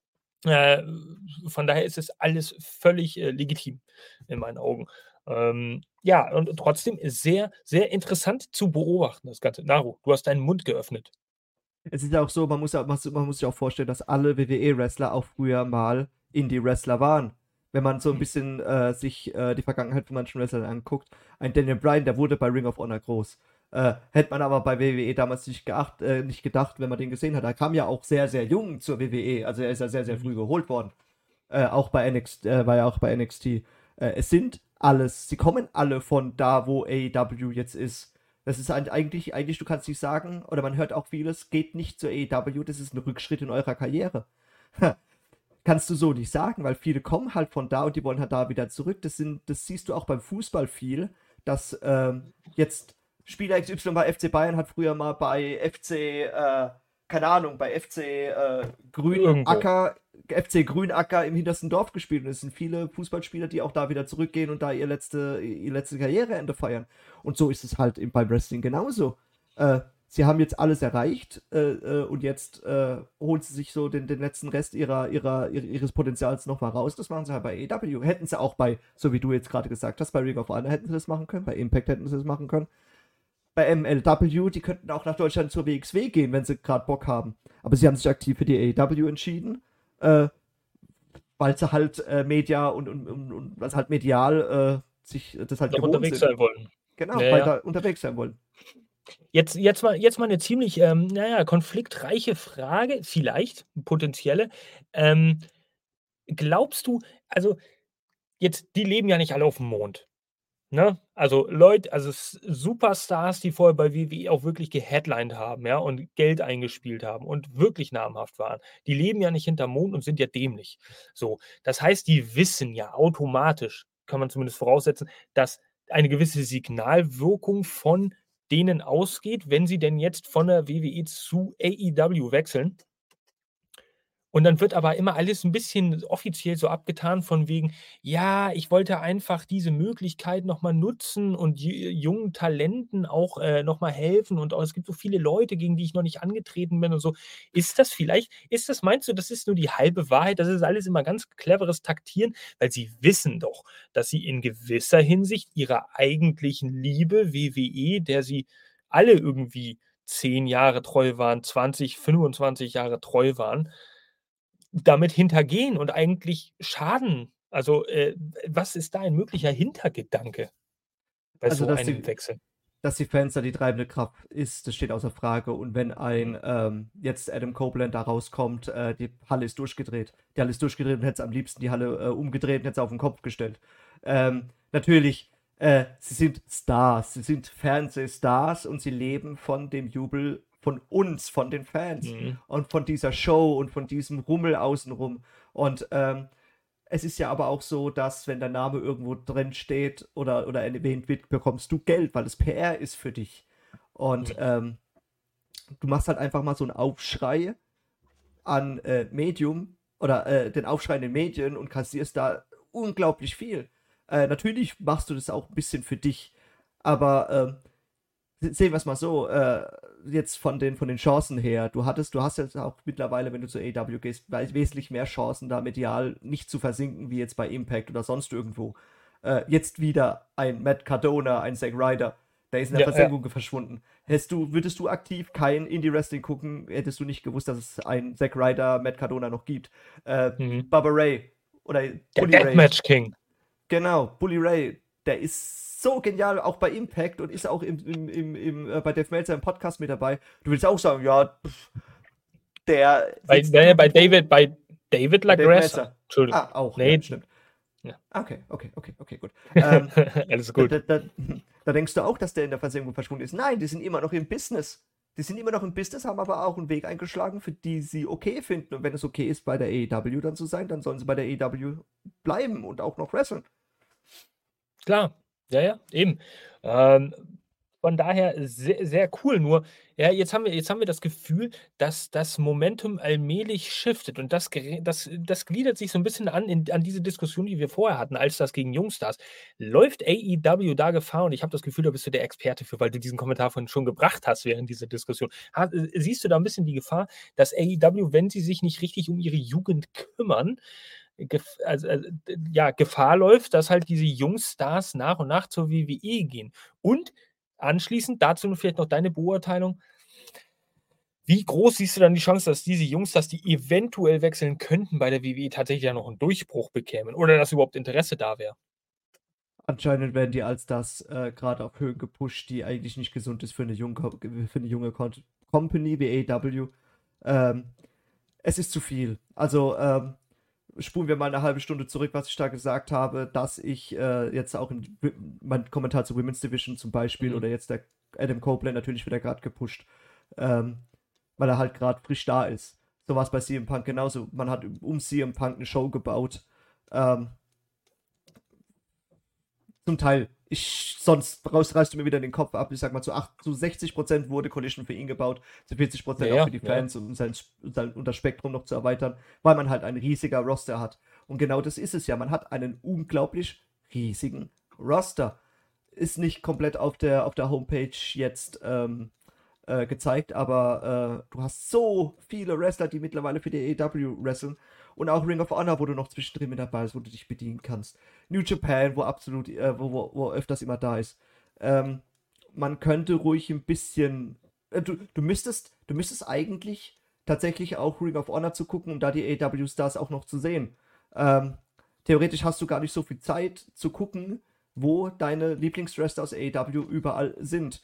Von daher ist es alles völlig legitim in meinen Augen. Ja, und trotzdem sehr, sehr interessant zu beobachten, das Ganze. Naru, du hast deinen Mund geöffnet. Es ist ja auch so, man muss sich auch vorstellen, dass alle WWE-Wrestler auch früher mal Indie-Wrestler waren. Wenn man so ein bisschen sich die Vergangenheit von manchen Wrestlern anguckt. Ein Daniel Bryan, der wurde bei Ring of Honor groß. Hätte man aber bei WWE damals nicht gedacht, wenn man den gesehen hat. Er kam ja auch sehr, sehr jung zur WWE. Also er ist ja sehr, sehr früh geholt worden. War ja auch bei NXT. Sie kommen alle von da, wo AEW jetzt ist. Das ist eigentlich, du kannst nicht sagen, oder man hört auch vieles, geht nicht zu AEW, das ist ein Rückschritt in eurer Karriere. Kannst du so nicht sagen, weil viele kommen halt von da und die wollen halt da wieder zurück. Das siehst du auch beim Fußball viel, dass jetzt Spieler XY bei FC Bayern hat früher mal bei keine Ahnung, bei Irgendwo. FC Grünacker im hintersten Dorf gespielt. Und es sind viele Fußballspieler, die auch da wieder zurückgehen und da ihr letzte Karriereende feiern. Und so ist es halt beim Wrestling genauso. Sie haben jetzt alles erreicht und jetzt holen sie sich so den letzten Rest ihres Potenzials nochmal raus. Das machen sie halt bei AEW. Hätten sie auch so wie du jetzt gerade gesagt hast, bei Ring of Honor hätten sie das machen können, bei Impact hätten sie das machen können. Bei MLW, die könnten auch nach Deutschland zur WXW gehen, wenn sie gerade Bock haben. Aber sie haben sich aktiv für die AEW entschieden, weil sie halt Media und weil sie halt medial sich das halt Noch gewohnt unterwegs sind. sein wollen. Genau, Ja, weil ja. da unterwegs sein wollen. Jetzt mal eine ziemlich, konfliktreiche Frage, vielleicht, potenzielle. Ähm, Glaubst du, also, jetzt die leben ja nicht alle auf dem Mond, ne? Also Superstars, die vorher bei WWE auch wirklich geheadlined haben, ja, und Geld eingespielt haben und wirklich namhaft waren, die leben ja nicht hinterm Mond und sind ja dämlich. So, das heißt, die wissen ja automatisch, kann man zumindest voraussetzen, dass eine gewisse Signalwirkung von denen ausgeht, wenn sie denn jetzt von der WWE zu AEW wechseln. Und dann wird aber immer alles 'n bisschen offiziell so abgetan von wegen: „Ja, ich wollte einfach diese Möglichkeit noch mal nutzen und jungen Talenten auch, noch mal helfen und es gibt so viele Leute, gegen die ich noch nicht angetreten bin“ und so. Meinst du, das ist nur die halbe Wahrheit? Das ist alles immer ganz cleveres Taktieren, weil sie wissen doch, dass sie in gewisser Hinsicht ihrer eigentlichen Liebe WWE, der sie alle irgendwie 10 Jahre treu waren, 20, 25 Jahre treu waren, damit hintergehen und eigentlich schaden. Also, was ist da ein möglicher Hintergedanke bei Also, so einem Wechsel? dass die Fans da die treibende Kraft ist, das steht außer Frage. Und wenn Mhm. jetzt Adam Copeland da rauskommt, die Halle ist durchgedreht. Die Halle ist durchgedreht und hätte am liebsten die Halle umgedreht und hätte sie auf den Kopf gestellt. Natürlich, sie sind Stars, sie sind Fernsehstars und sie leben von dem Jubel von uns, von den Fans Mhm. und von dieser Show und von diesem Rummel außenrum. Und es ist ja aber auch so, dass wenn dein Name irgendwo drin steht oder erwähnt wird, bekommst du Geld, weil es PR ist für dich. Und Mhm. du machst halt einfach mal so einen Aufschrei an Medium oder den Aufschrei in den Medien und kassierst da unglaublich viel. Natürlich machst du das auch ein bisschen für dich, aber sehen wir es mal so, jetzt von den Chancen her, du hast jetzt auch mittlerweile, wenn du zu AEW gehst, wesentlich mehr Chancen, da medial nicht zu versinken, wie jetzt bei Impact oder sonst irgendwo. Jetzt wieder ein Matt Cardona, ein Zack Ryder, der ist in der Ja, ja. Versenkung verschwunden. Würdest du aktiv kein Indie-Wrestling gucken, hättest du nicht gewusst, dass es einen Zack Ryder, Matt Cardona noch gibt. Mhm. Bubba Ray oder Der Bully Ray. Deathmatch King. Genau, Bully Ray, der ist so genial, auch bei Impact und ist auch bei Dave Meltzer im Podcast mit dabei. Du willst auch sagen, ja, der Bei sitzt ne, irgendwo bei David bei Dave LaGreca. Meltzer. Entschuldigung. Ah, auch, ja, Ne, stimmt. ja. Okay, gut. Alles Da, gut. da, da, da denkst du auch, dass der in der Versenkung verschwunden ist. Nein, die sind immer noch im Business. Die sind immer noch im Business, haben aber auch einen Weg eingeschlagen, für die sie okay finden. Und wenn es okay ist, bei der AEW dann zu sein, dann sollen sie bei der AEW bleiben und auch noch wresteln. Klar, ja, ja, eben. Ähm, von daher sehr, sehr cool. Nur, ja, jetzt haben wir das Gefühl, dass das Momentum allmählich shiftet und das gliedert sich so ein bisschen an diese Diskussion, die wir vorher hatten, als das gegen Jungstars. Läuft AEW da Gefahr? Und ich habe das Gefühl, da bist du der Experte für, weil du diesen Kommentar vorhin schon gebracht hast während dieser Diskussion. Siehst du da ein bisschen die Gefahr, dass AEW, wenn sie sich nicht richtig um ihre Jugend kümmern, ja, Gefahr läuft, dass halt diese Jungstars nach und nach zur WWE gehen. Und anschließend dazu vielleicht noch deine Beurteilung. Wie groß siehst du dann die Chance, dass diese Jungstars, die eventuell wechseln könnten bei der WWE, tatsächlich ja noch einen Durchbruch bekämen oder dass überhaupt Interesse da wäre? Anscheinend werden die als das gerade auf Höhen gepusht, die eigentlich nicht gesund ist für eine junge Company wie AEW. Ähm, es ist zu viel. Also, spulen wir mal eine halbe Stunde zurück, was ich da gesagt habe, dass ich jetzt auch mein Kommentar zur Women's Division zum Beispiel oder jetzt der Adam Copeland natürlich wieder gerade gepusht, ähm, weil er halt gerade frisch da ist. So war es bei CM Punk genauso. Man hat um CM Punk eine Show gebaut. Zum Teil. Sonst reißt du mir wieder den Kopf ab. Ich sag mal, zu 60% wurde Collision für ihn gebaut, zu 40% auch Ja, für die Fans, um das Spektrum noch zu erweitern, weil man halt ein riesiger Roster hat. Und genau das ist es ja. Man hat einen unglaublich riesigen Roster. Ist nicht komplett auf der Homepage jetzt gezeigt, aber du hast so viele Wrestler, die mittlerweile für die AEW wresteln. Und auch Ring of Honor, wo du noch zwischendrin mit dabei bist, wo du dich bedienen kannst. New Japan, wo absolut, wo öfters immer da ist. Man könnte ruhig ein bisschen. Du müsstest eigentlich tatsächlich auch Ring of Honor zu gucken, um da die AEW-Stars auch noch zu sehen. Theoretisch hast du gar nicht so viel Zeit zu gucken, wo deine Lieblingswrestler aus AEW überall sind.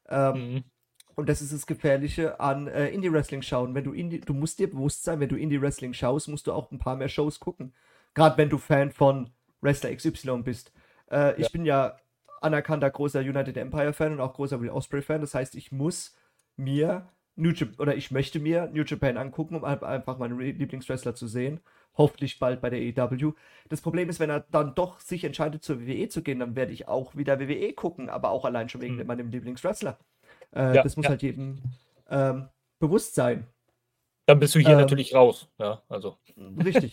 Und das ist das Gefährliche an Indie-Wrestling schauen. Du musst dir bewusst sein, wenn du Indie-Wrestling schaust, musst du auch ein paar mehr Shows gucken. Gerade wenn du Fan von Wrestler XY bist. Ich bin ja anerkannter großer United Empire-Fan und auch großer Will Ospreay-Fan. Das heißt, ich muss mir ich möchte mir New Japan angucken, um einfach meine Lieblingswrestler zu sehen. Hoffentlich bald bei der AEW. Das Problem ist, wenn er dann doch sich entscheidet, zur WWE zu gehen, dann werde ich auch wieder WWE gucken, aber auch allein schon wegen meinem Lieblingswrestler. Das muss halt jedem bewusst sein. Dann bist du hier natürlich raus. Ja, also. Richtig.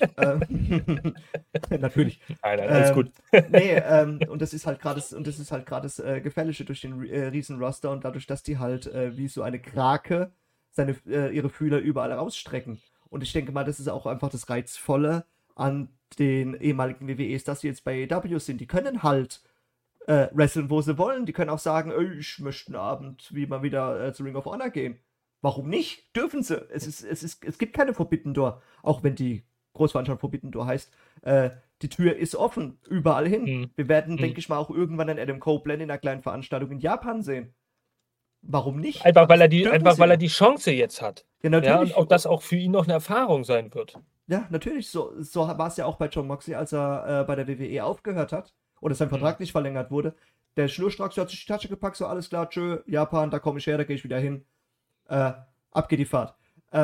Natürlich. Nein, alles gut. Und das ist halt gerade das Gefährliche durch den riesen Roster und dadurch, dass die halt wie so eine Krake ihre Fühler überall rausstrecken. Und ich denke mal, das ist auch einfach das Reizvolle an den ehemaligen WWEs, dass sie jetzt bei AEW sind. Die können halt wresteln, wo sie wollen. Die können auch sagen, ich möchte einen Abend wie mal wieder zu Ring of Honor gehen. Warum nicht? Dürfen sie. Es gibt keine Forbidden Door. Auch wenn die Großveranstaltung Forbidden Door heißt. Die Tür ist offen, überall hin. Wir werden, denke ich mal, auch irgendwann einen Adam Copeland in einer kleinen Veranstaltung in Japan sehen. Warum nicht? Einfach weil er die Chance jetzt hat. Ja, natürlich. Ja, und auch das auch für ihn noch eine Erfahrung sein wird. Ja, natürlich. So war es ja auch bei Jon Moxley, als er bei der WWE aufgehört hat. Oder sein Vertrag nicht verlängert wurde. Der Schnurstracks hat sich die Tasche gepackt, so alles klar, tschö, Japan, da komme ich her, da gehe ich wieder hin. Ab geht die Fahrt.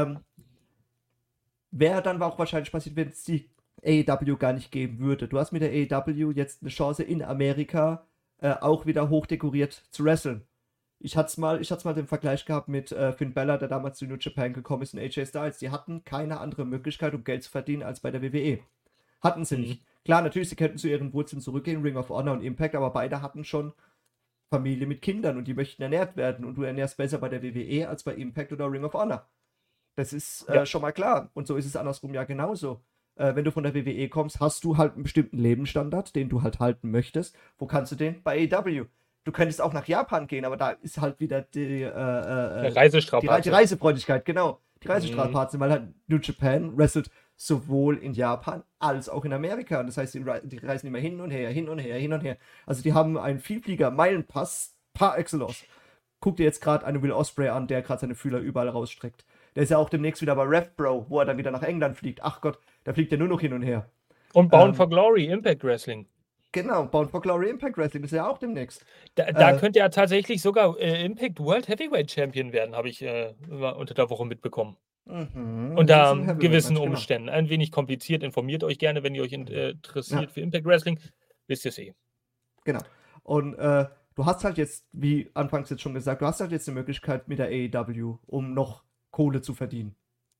Wäre dann auch wahrscheinlich passiert, wenn es die AEW gar nicht geben würde. Du hast mit der AEW jetzt eine Chance in Amerika auch wieder hochdekoriert zu wresteln. Ich hatte mal den Vergleich gehabt mit Finn Balor, der damals zu New Japan gekommen ist, und AJ Styles. Die hatten keine andere Möglichkeit, um Geld zu verdienen, als bei der WWE. Hatten sie nicht. Klar, natürlich, sie könnten zu ihren Wurzeln zurückgehen, Ring of Honor und Impact, aber beide hatten schon Familie mit Kindern und die möchten ernährt werden. Und du ernährst besser bei der WWE als bei Impact oder Ring of Honor. Das ist schon mal klar. Und so ist es andersrum ja genauso. Wenn du von der WWE kommst, hast du halt einen bestimmten Lebensstandard, den du halt halten möchtest. Wo kannst du den? Bei AEW. Du könntest auch nach Japan gehen, aber da ist halt wieder die Reisefreudigkeit, genau. Die Reisestrapazen, weil halt New Japan wrestelt sowohl in Japan als auch in Amerika. Und das heißt, die reisen immer hin und her, hin und her, hin und her. Also die haben einen Vielflieger-Meilenpass par excellence. Guck dir jetzt gerade einen Will Ospreay an, der gerade seine Fühler überall rausstreckt. Der ist ja auch demnächst wieder bei RevPro, wo er dann wieder nach England fliegt. Ach Gott, da fliegt er nur noch hin und her. Und Bound for Glory, Impact Wrestling. Genau, Bound for Glory Impact Wrestling ist ja auch demnächst. Da könnte er tatsächlich sogar Impact World Heavyweight Champion werden, habe ich unter der Woche mitbekommen. Unter gewissen Umständen. Ein wenig kompliziert. Informiert euch gerne, wenn ihr euch interessiert für Impact Wrestling. Wisst ihr es eh. Genau. Und du hast halt jetzt, wie anfangs jetzt schon gesagt, du hast halt jetzt eine Möglichkeit mit der AEW, um noch Kohle zu verdienen.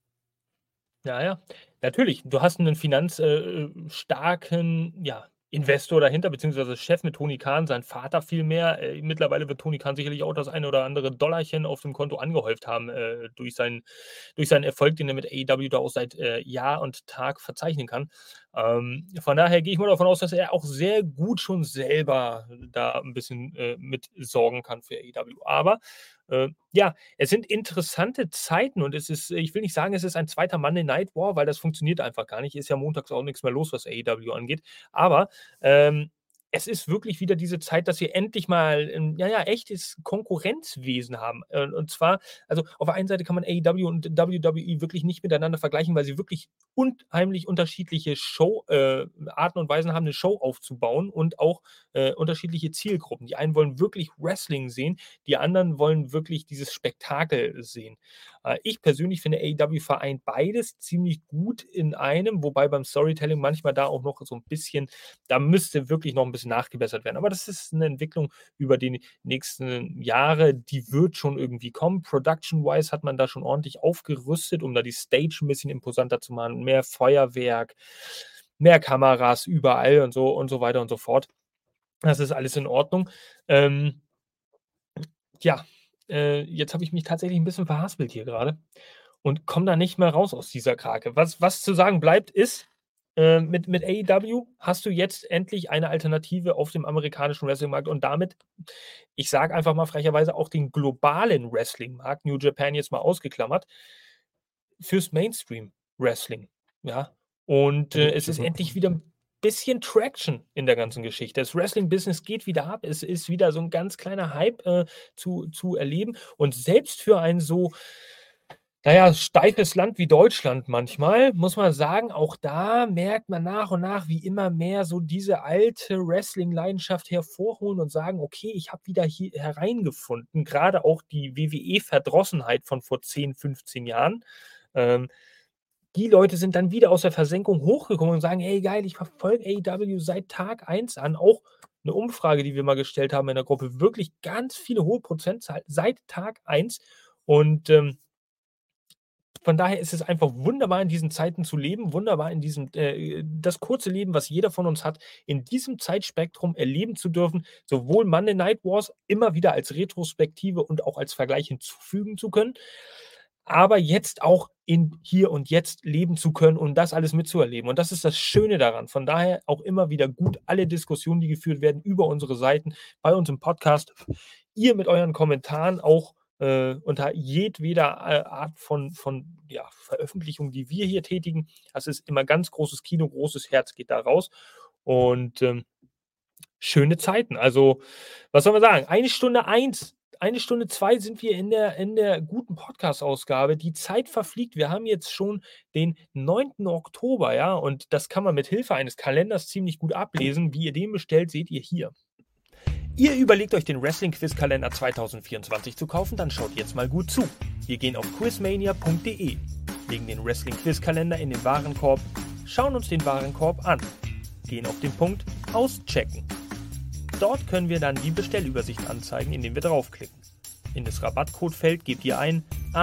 Ja, natürlich. Du hast einen finanzstarken, Investor dahinter, beziehungsweise Chef mit Tony Khan, sein Vater vielmehr. Mittlerweile wird Tony Khan sicherlich auch das eine oder andere Dollarchen auf dem Konto angehäuft haben, durch seinen Erfolg, den er mit AEW da auch seit Jahr und Tag verzeichnen kann. Von daher gehe ich mal davon aus, dass er auch sehr gut schon selber da ein bisschen mit sorgen kann für AEW. Aber es sind interessante Zeiten und ich will nicht sagen, es ist ein zweiter Monday Night War, weil das funktioniert einfach gar nicht. Ist ja montags auch nichts mehr los, was AEW angeht. Aber es ist wirklich wieder diese Zeit, dass wir endlich mal echtes Konkurrenzwesen haben. Und zwar, also auf der einen Seite kann man AEW und WWE wirklich nicht miteinander vergleichen, weil sie wirklich unheimlich unterschiedliche Arten und Weisen haben, eine Show aufzubauen und auch unterschiedliche Zielgruppen. Die einen wollen wirklich Wrestling sehen, die anderen wollen wirklich dieses Spektakel sehen. Ich persönlich finde, AEW vereint beides ziemlich gut in einem, wobei beim Storytelling manchmal da auch noch so ein bisschen, da müsste wirklich noch ein bisschen nachgebessert werden. Aber das ist eine Entwicklung über die nächsten Jahre, die wird schon irgendwie kommen. Production-wise hat man da schon ordentlich aufgerüstet, um da die Stage ein bisschen imposanter zu machen. Mehr Feuerwerk, mehr Kameras überall und so weiter und so fort. Das ist alles in Ordnung. Ja, jetzt habe ich mich tatsächlich ein bisschen verhaspelt hier gerade und komme da nicht mehr raus aus dieser Krake. Was zu sagen bleibt, ist, mit AEW hast du jetzt endlich eine Alternative auf dem amerikanischen Wrestlingmarkt und damit, ich sage einfach mal frecherweise, auch den globalen Wrestlingmarkt, New Japan jetzt mal ausgeklammert, fürs Mainstream-Wrestling, ja? Und, Da gebe ich es dir ist endlich vollkommen wieder ein bisschen Traction in der ganzen Geschichte. Das Wrestling-Business geht wieder ab. Es ist wieder so ein ganz kleiner Hype, zu erleben. Und selbst für ein so, naja, steifes Land wie Deutschland manchmal, muss man sagen, auch da merkt man nach und nach, wie immer mehr so diese alte Wrestling-Leidenschaft hervorholen und sagen: „Okay, ich habe wieder hier hereingefunden.“ Gerade auch die WWE-Verdrossenheit von vor 10, 15 Jahren. Ähm, Die Leute sind dann wieder aus der Versenkung hochgekommen und sagen: „Ey, geil, ich verfolge AEW seit Tag eins an.“ Auch eine Umfrage, die wir mal gestellt haben in der Gruppe, wirklich ganz viele hohe Prozentzahl seit Tag eins. Und, von daher ist es einfach wunderbar, in diesen Zeiten zu leben, wunderbar in diesem das kurze Leben, was jeder von uns hat, in diesem Zeitspektrum erleben zu dürfen, sowohl Monday Night Wars immer wieder als Retrospektive und auch als Vergleich hinzufügen zu können, aber jetzt auch in Hier und Jetzt leben zu können und das alles mitzuerleben. Und das ist das Schöne daran. Von daher auch immer wieder gut alle Diskussionen, die geführt werden über unsere Seiten, bei uns im Podcast. Ihr mit euren Kommentaren auch unter jedweder Art von ja, Veröffentlichung, die wir hier tätigen. Das ist immer ganz großes Kino, großes Herz geht da raus. Und schöne Zeiten. Also, was soll man sagen? 1 Stunde 1, 1 Stunde 2 sind wir in der guten Podcast-Ausgabe. Die Zeit verfliegt. Wir haben jetzt schon den 9. Oktober, ja, und das kann man mit Hilfe eines Kalenders ziemlich gut ablesen. Wie ihr den bestellt, seht ihr hier. Ihr überlegt euch den Wrestling-Quiz-Kalender 2024 zu kaufen, dann schaut jetzt mal gut zu. Wir gehen auf quizmania.de, legen den Wrestling-Quiz-Kalender in den Warenkorb, schauen uns den Warenkorb an, gehen auf den Punkt Auschecken. Dort können wir dann die Bestellübersicht anzeigen, indem wir draufklicken. In das Rabattcodefeld gebt ihr ein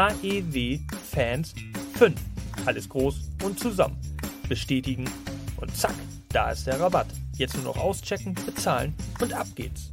AEW-Fans5. Alles groß und zusammen. Bestätigen und zack, da ist der Rabatt. Jetzt nur noch auschecken, bezahlen und ab geht's.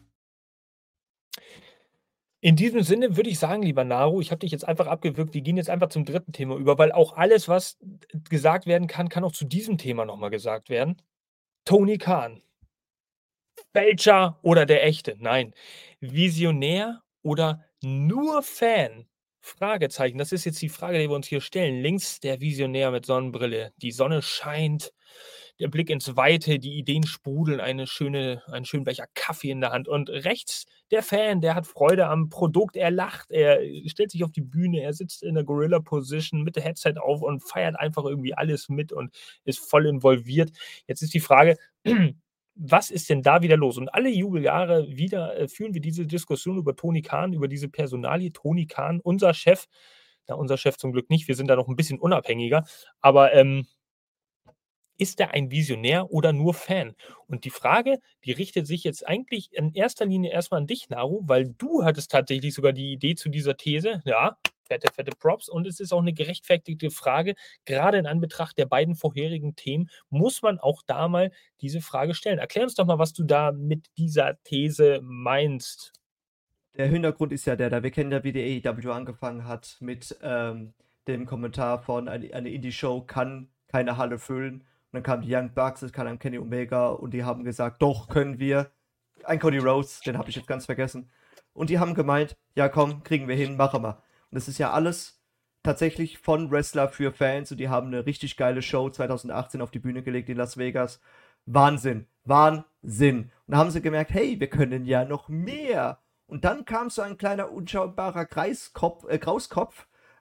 In diesem Sinne würde ich sagen, lieber Naru, ich habe dich jetzt einfach abgewürgt. Wir gehen jetzt einfach zum dritten Thema über, weil auch alles, was gesagt werden kann, kann auch zu diesem Thema nochmal gesagt werden. Tony Khan. Fälscher oder der Echte? Nein. Visionär oder nur Fan? Fragezeichen. Das ist jetzt die Frage, die wir uns hier stellen. Links der Visionär mit Sonnenbrille. Die Sonne scheint, der Blick ins Weite, die Ideen sprudeln, einen schönen Becher Kaffee in der Hand. Und rechts der Fan, der hat Freude am Produkt, er lacht, er stellt sich auf die Bühne, er sitzt in der Gorilla-Position mit der Headset auf und feiert einfach irgendwie alles mit und ist voll involviert. Jetzt ist die Frage, was ist denn da wieder los? Und alle Jubeljahre wieder führen wir diese Diskussion über Tony Khan, über diese Personalie. Tony Khan, unser Chef, na, unser Chef zum Glück nicht, wir sind da noch ein bisschen unabhängiger, aber ist er ein Visionär oder nur Fan? Und die Frage, die richtet sich jetzt eigentlich in erster Linie erstmal an dich, Naru, weil du hattest tatsächlich sogar die Idee zu dieser These. Ja, fette Props. Und es ist auch eine gerechtfertigte Frage. Gerade in Anbetracht der beiden vorherigen Themen muss man auch da mal diese Frage stellen. Erklär uns doch mal, was du da mit dieser These meinst. Der Hintergrund ist ja wir kennen ja, wie die AEW angefangen hat mit dem Kommentar von eine Indie-Show kann keine Halle füllen. Und dann kamen die Young Bucks, es kam dann Kenny Omega und die haben gesagt, doch, können wir. Ein Cody Rhodes, den habe ich jetzt ganz vergessen. Und die haben gemeint, ja komm, kriegen wir hin, machen wir. Und das ist ja alles tatsächlich von Wrestler für Fans und die haben eine richtig geile Show 2018 auf die Bühne gelegt in Las Vegas. Wahnsinn, Wahnsinn. Und da haben sie gemerkt, hey, wir können ja noch mehr. Und dann kam so ein kleiner, unschaubarer Grauskopf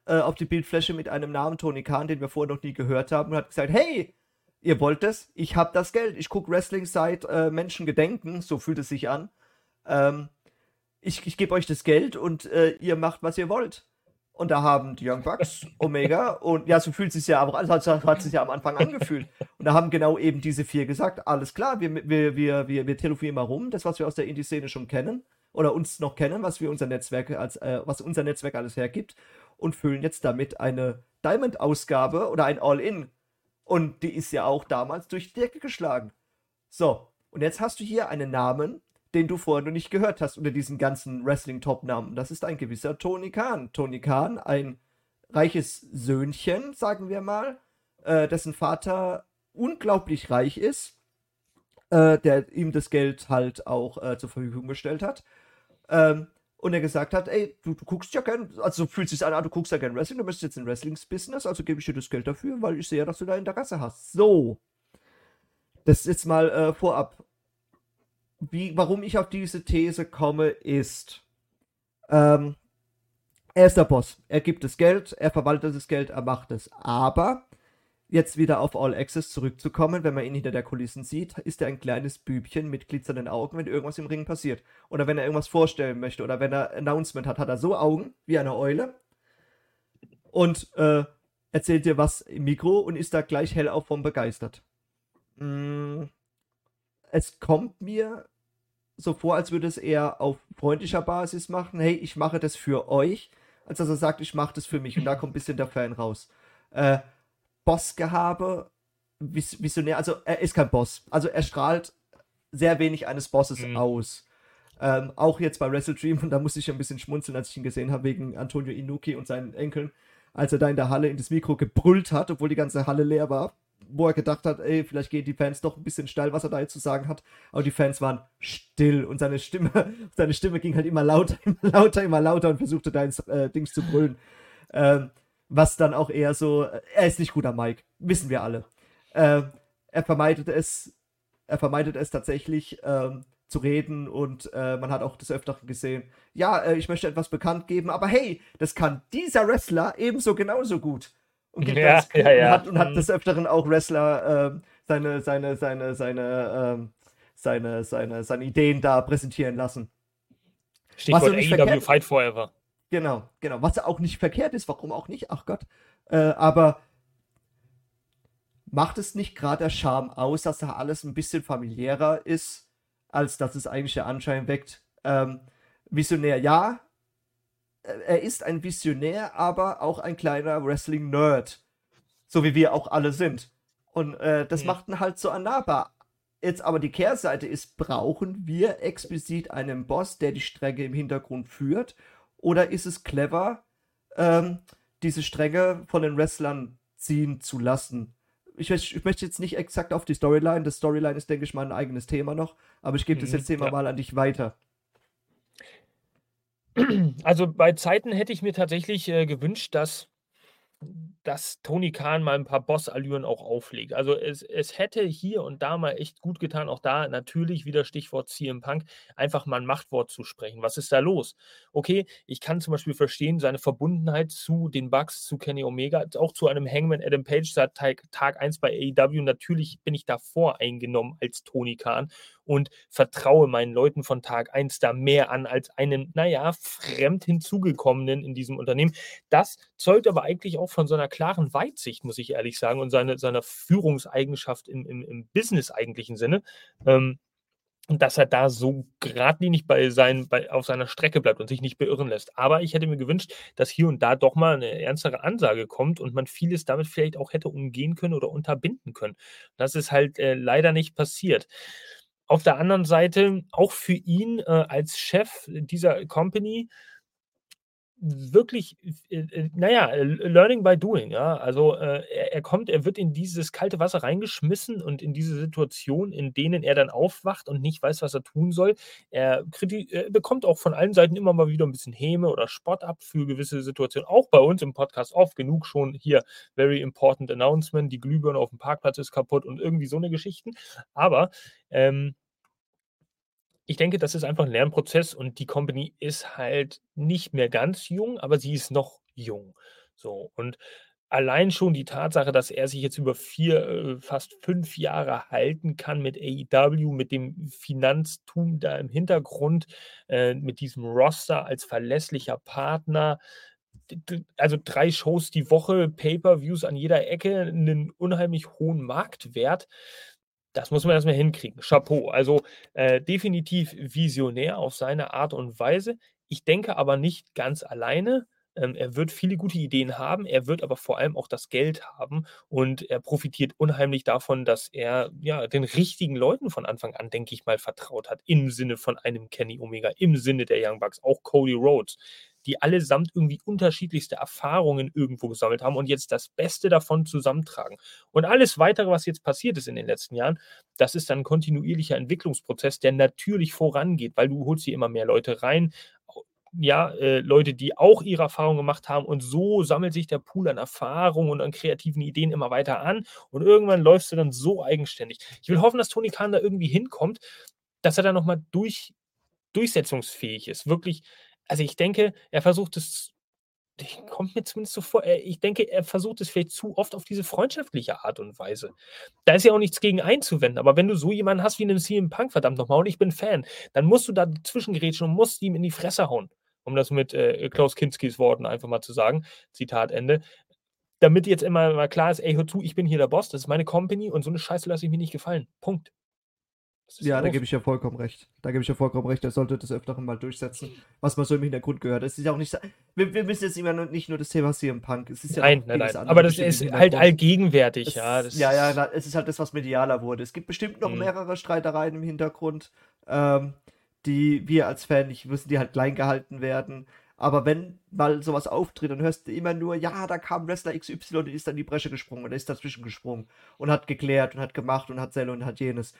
auf die Bildfläche mit einem Namen Tony Khan, den wir vorher noch nie gehört haben, und hat gesagt, hey, ihr wollt das? Ich hab das Geld. Ich gucke Wrestling seit Menschen gedenken, so fühlt es sich an. Ähm, ich gebe euch das Geld und ihr macht, was ihr wollt. Und da haben die Young Bucks, Omega und ja, so fühlt es sich ja auch an, hat sich ja am Anfang angefühlt. Und da haben genau eben diese 4 gesagt, alles klar, wir telefonieren mal rum, das, was wir aus der Indie-Szene schon kennen oder uns noch kennen, was was unser Netzwerk alles hergibt und füllen jetzt damit eine Diamond-Ausgabe oder ein All-In. Und die ist ja auch damals durch die Decke geschlagen. So, und jetzt hast du hier einen Namen, den du vorher noch nicht gehört hast unter diesen ganzen Wrestling-Top-Namen. Das ist ein gewisser Tony Khan. Tony Khan, ein reiches Söhnchen, sagen wir mal, dessen Vater unglaublich reich ist, der ihm das Geld halt auch zur Verfügung gestellt hat. Und er gesagt hat, ey, du guckst ja gern, also so fühlt sich an, du guckst ja gern Wrestling, du bist jetzt in Wrestling-Business, also gebe ich dir das Geld dafür, weil ich sehe ja, dass du da Interesse hast. So, das ist jetzt mal vorab. Warum ich auf diese These komme, ist, er ist der Boss. Er gibt das Geld, er verwaltet das Geld, er macht es. Aber jetzt wieder auf All Access zurückzukommen, wenn man ihn hinter der Kulissen sieht, ist er ein kleines Bübchen mit glitzernden Augen, wenn irgendwas im Ring passiert. Oder wenn er irgendwas vorstellen möchte oder wenn er Announcement hat, hat er so Augen wie eine Eule und erzählt dir was im Mikro und ist da gleich hellauf von begeistert. Es kommt mir so vor, als würde es eher auf freundlicher Basis machen. Hey, ich mache das für euch, als dass er sagt, ich mache das für mich. Und da kommt ein bisschen der Fan raus. Bossgehabe, visionär, also er ist kein Boss. Also er strahlt sehr wenig eines Bosses aus. Auch jetzt bei Wrestle Dream, und da musste ich ein bisschen schmunzeln, als ich ihn gesehen habe, wegen Antonio Inoki und seinen Enkeln, als er da in der Halle in das Mikro gebrüllt hat, obwohl die ganze Halle leer war, wo er gedacht hat, ey, vielleicht gehen die Fans doch ein bisschen steil, was er da jetzt zu sagen hat. Aber die Fans waren still und seine Stimme ging halt immer lauter, immer lauter, immer lauter und versuchte da ins Dings zu brüllen. Was dann auch eher so, er ist nicht gut am Mic, wissen wir alle. Er vermeidet es tatsächlich zu reden und man hat auch des Öfteren gesehen, ja, ich möchte etwas bekannt geben, aber hey, das kann dieser Wrestler ebenso genauso gut. Und gibt Ja, das ja, ja. und hat des Öfteren auch Wrestler seine Ideen da präsentieren lassen. Stichwort AEW Fight Forever. Genau. Was auch nicht verkehrt ist, warum auch nicht, ach Gott. Aber macht es nicht gerade der Charme aus, dass da alles ein bisschen familiärer ist, als dass es eigentlich der Anschein weckt? Visionär, ja. Er ist ein Visionär, aber auch ein kleiner Wrestling-Nerd. So wie wir auch alle sind. Und das macht ihn halt so annahbar. Jetzt aber die Kehrseite ist, brauchen wir explizit einen Boss, der die Stränge im Hintergrund führt? Oder ist es clever, diese Stränge von den Wrestlern ziehen zu lassen? Ich möchte jetzt nicht exakt auf die Storyline. Das Storyline ist, denke ich mal, ein eigenes Thema noch. Aber ich gebe das jetzt Thema mal an dich weiter. Also bei Zeiten hätte ich mir tatsächlich gewünscht, dass Tony Khan mal ein paar Boss-Allüren auch auflegt. Also es hätte hier und da mal echt gut getan, auch da natürlich wieder Stichwort CM Punk, einfach mal ein Machtwort zu sprechen. Was ist da los? Okay, ich kann zum Beispiel verstehen, seine Verbundenheit zu den Bucks, zu Kenny Omega, auch zu einem Hangman Adam Page seit Tag 1 bei AEW. Natürlich bin ich da voreingenommen als Tony Khan und vertraue meinen Leuten von Tag 1 da mehr an als einen, naja, fremd hinzugekommenen in diesem Unternehmen. Das zeugt aber eigentlich auch von so einer klaren Weitsicht, muss ich ehrlich sagen, und seiner Führungseigenschaft im Business eigentlichen Sinne. Und dass er da so geradlinig auf seiner Strecke bleibt und sich nicht beirren lässt. Aber ich hätte mir gewünscht, dass hier und da doch mal eine ernstere Ansage kommt und man vieles damit vielleicht auch hätte umgehen können oder unterbinden können. Das ist halt leider nicht passiert. Auf der anderen Seite, auch für ihn als Chef dieser Company, wirklich, naja, learning by doing, ja. Also, er wird in dieses kalte Wasser reingeschmissen und in diese Situation, in denen er dann aufwacht und nicht weiß, was er tun soll. Er bekommt auch von allen Seiten immer mal wieder ein bisschen Häme oder Spott ab für gewisse Situationen. Auch bei uns im Podcast oft genug schon hier very important announcement, die Glühbirne auf dem Parkplatz ist kaputt und irgendwie so eine Geschichten. Aber, ich denke, das ist einfach ein Lernprozess und die Company ist halt nicht mehr ganz jung, aber sie ist noch jung. So, und allein schon die Tatsache, dass er sich jetzt über fast 5 Jahre halten kann mit AEW, mit dem Finanztum da im Hintergrund, mit diesem Roster als verlässlicher Partner. Also 3 Shows die Woche, Pay-per-Views an jeder Ecke, einen unheimlich hohen Marktwert. Das muss man erst mal hinkriegen. Chapeau. Also, definitiv visionär auf seine Art und Weise. Ich denke aber nicht ganz alleine. Er wird viele gute Ideen haben, er wird aber vor allem auch das Geld haben und er profitiert unheimlich davon, dass er, ja, den richtigen Leuten von Anfang an, denke ich mal, vertraut hat, im Sinne von einem Kenny Omega, im Sinne der Young Bucks, auch Cody Rhodes, die allesamt irgendwie unterschiedlichste Erfahrungen irgendwo gesammelt haben und jetzt das Beste davon zusammentragen. Und alles Weitere, was jetzt passiert ist in den letzten Jahren, das ist dann 'n kontinuierlicher Entwicklungsprozess, der natürlich vorangeht, weil du holst dir immer mehr Leute rein, ja, Leute, die auch ihre Erfahrungen gemacht haben und so sammelt sich der Pool an Erfahrung und an kreativen Ideen immer weiter an und irgendwann läufst du dann so eigenständig. Ich will hoffen, dass Tony Khan da irgendwie hinkommt, dass er da noch mal durchsetzungsfähig ist. Wirklich, also, ich denke, er versucht es, kommt mir zumindest so vor, ich denke, er versucht es vielleicht zu oft auf diese freundschaftliche Art und Weise. Da ist ja auch nichts gegen einzuwenden, aber wenn du so jemanden hast wie 'nen CM Punk, verdammt noch mal, und ich bin Fan, dann musst du da dazwischengrätschen und musst ihm in die Fresse hauen, um das mit, Klaus Kinskis Worten einfach mal zu sagen. Zitat Ende. Damit jetzt immer mal klar ist: „Ey, hör zu, ich bin hier der Boss, das ist meine Company und so 'ne Scheiße lasse ich mir nicht gefallen. Punkt." Was ist da Ja, da los? gebe ich ja vollkommen recht. Da gebe ich ja vollkommen recht. Er sollte das Öfteren mal durchsetzen, was man so im Hintergrund gehört. Es ist ja auch nicht so, wir müssen jetzt immer nicht nur das Thema CM Punk, es ist ja noch Nein, nein, vieles nein. andere Aber das bestimmt im ist halt Hintergrund. allgegenwärtig, ja. Das Ja, ist, na, es ist halt das, was medialer wurde. Es gibt bestimmt noch mhm. mehrere Streitereien im Hintergrund, ähm, die wir als Fan nicht wissen, die halt klein gehalten werden. Aber wenn mal sowas auftritt, dann hörst du immer nur, ja, da kam Wrestler XY und ist dann in die Bresche gesprungen oder ist dazwischen gesprungen und hat geklärt und hat gemacht und hat Zelle und hat jenes.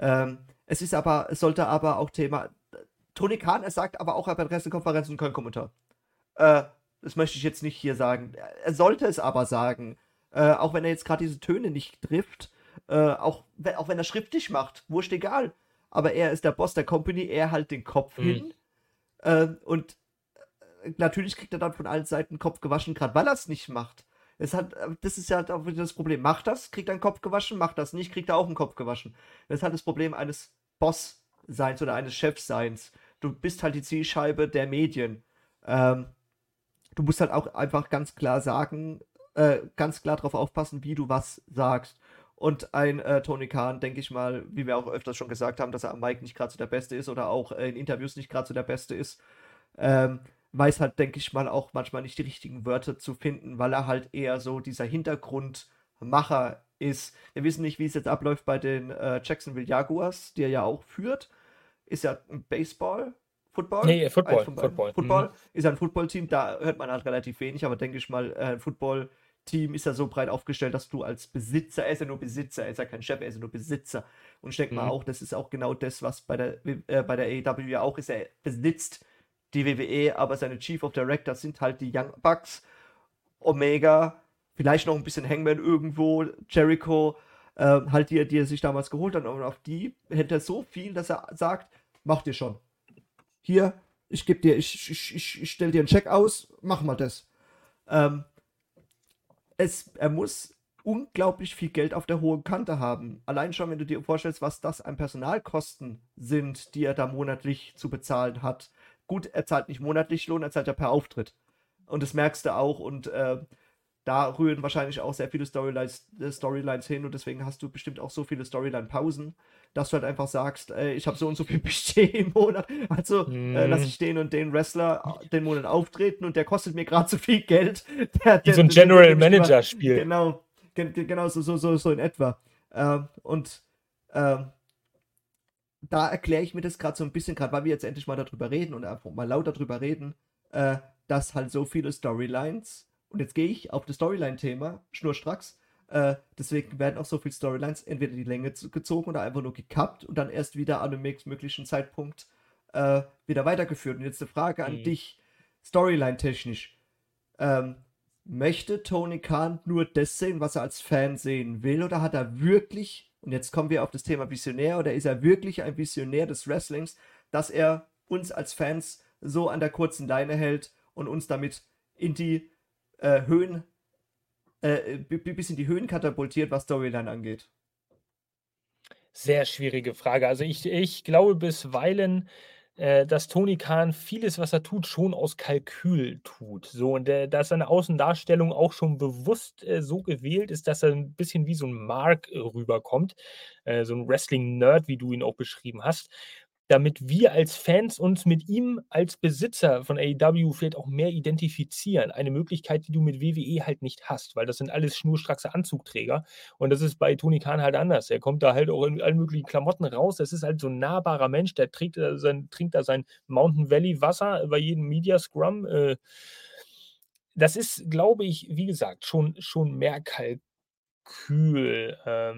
Es sollte aber auch Thema. Tony Khan, er sagt aber auch bei Pressekonferenzen kein Kommentar. Äh, Das möchte ich jetzt nicht hier sagen. Er sollte es aber sagen. Auch wenn er jetzt gerade diese Töne nicht trifft. Auch wenn er schriftlich macht. Wurscht egal. Aber er ist der Boss der Company. Er halt den Kopf Mhm. hin. Und natürlich kriegt er dann von allen Seiten den Kopf gewaschen, gerade weil er es nicht macht. Das ist ja halt auch wieder das Problem. Macht das, kriegt er einen Kopf gewaschen. Macht das nicht, kriegt er auch einen Kopf gewaschen. Das ist halt das Problem eines Boss-Seins oder eines Chefseins. Du bist halt die Zielscheibe der Medien. Ähm, Du musst halt auch einfach ganz klar sagen, ganz klar darauf aufpassen, wie du was sagst. Und ein Tony Khan, denke ich mal, wie wir auch öfters schon gesagt haben, dass er am Mic nicht gerade so der Beste ist oder auch in Interviews nicht gerade so der Beste ist, ähm, weiß halt, denke ich mal, auch manchmal nicht die richtigen Wörter zu finden, weil er halt eher so dieser Hintergrundmacher ist. Wir wissen nicht, wie es jetzt abläuft bei den Jacksonville Jaguars, die er ja auch führt. Ist ja ein Baseball, Football, Ne, eins Football, von beiden. Football. Mhm. Football ist ja ein Footballteam, da hört man halt relativ wenig, aber denke ich mal, ein Footballteam ist ja so breit aufgestellt, dass du als Besitzer, er ist ja nur Besitzer, er ist ja kein Chef, er ist ja nur Besitzer. Und ich denke mal Mhm. auch, das ist auch genau das, was bei der AEW ja auch ist. Er besitzt die WWE, aber seine Chief of Directors sind halt die Young Bucks, Omega, vielleicht noch ein bisschen Hangman irgendwo, Jericho, halt die er sich damals geholt hat. Und auf die hätte er so viel, dass er sagt, macht ihr schon. Hier, ich stell dir einen Check aus, mach mal das. Ähm, Er muss unglaublich viel Geld auf der hohen Kante haben. Allein schon, wenn du dir vorstellst, was das an Personalkosten sind, die er da monatlich zu bezahlen hat. Gut, er zahlt nicht monatlich Lohn, er zahlt ja per Auftritt. Und das merkst du auch. Und da rühren wahrscheinlich auch sehr viele Storylines hin und deswegen hast du bestimmt auch so viele Storyline-Pausen, dass du halt einfach sagst, ich habe so und so viel Budget im Monat, also lasse Mhm. ich den und den Wrestler den Monat auftreten und der kostet mir gerade so viel Geld, Wie so 'n den General nehme ich lieber, Manager Spiel. genau, genau so in etwa. Und ähm, da erkläre ich mir das gerade so ein bisschen, gerade weil wir jetzt endlich mal darüber reden und einfach mal laut darüber reden, dass halt so viele Storylines, und jetzt gehe ich auf das Storyline-Thema, schnurstracks, deswegen werden auch so viele Storylines entweder die Länge gezogen oder einfach nur gekappt und dann erst wieder an einem möglichen Zeitpunkt wieder weitergeführt. Und jetzt eine Frage an Mhm. dich, Storyline-technisch. Ähm, Möchte Tony Khan nur das sehen, was er als Fan sehen will, oder hat er wirklich, und jetzt kommen wir auf das Thema Visionär, oder ist er wirklich ein Visionär des Wrestlings, dass er uns als Fans so an der kurzen Leine hält und uns damit in die Höhen, bis in die Höhen katapultiert, was Storyline angeht? Sehr schwierige Frage. Also, ich glaube bisweilen, dass Tony Khan vieles, was er tut, schon aus Kalkül tut. So, und, dass seine Außendarstellung auch schon bewusst, so gewählt ist, dass er ein bisschen wie so ein Mark, rüberkommt, so ein Wrestling-Nerd, wie du ihn auch beschrieben hast, damit wir als Fans uns mit ihm als Besitzer von AEW vielleicht auch mehr identifizieren. Eine Möglichkeit, die du mit WWE halt nicht hast, weil das sind alles schnurstracke Anzugträger. Und das ist bei Tony Khan halt anders. Er kommt da halt auch in allen möglichen Klamotten raus. Das ist halt so 'n nahbarer Mensch, der trinkt da sein Mountain Valley Wasser bei jedem Media Scrum. Das ist, glaube ich, wie gesagt, schon mehr Kalkül.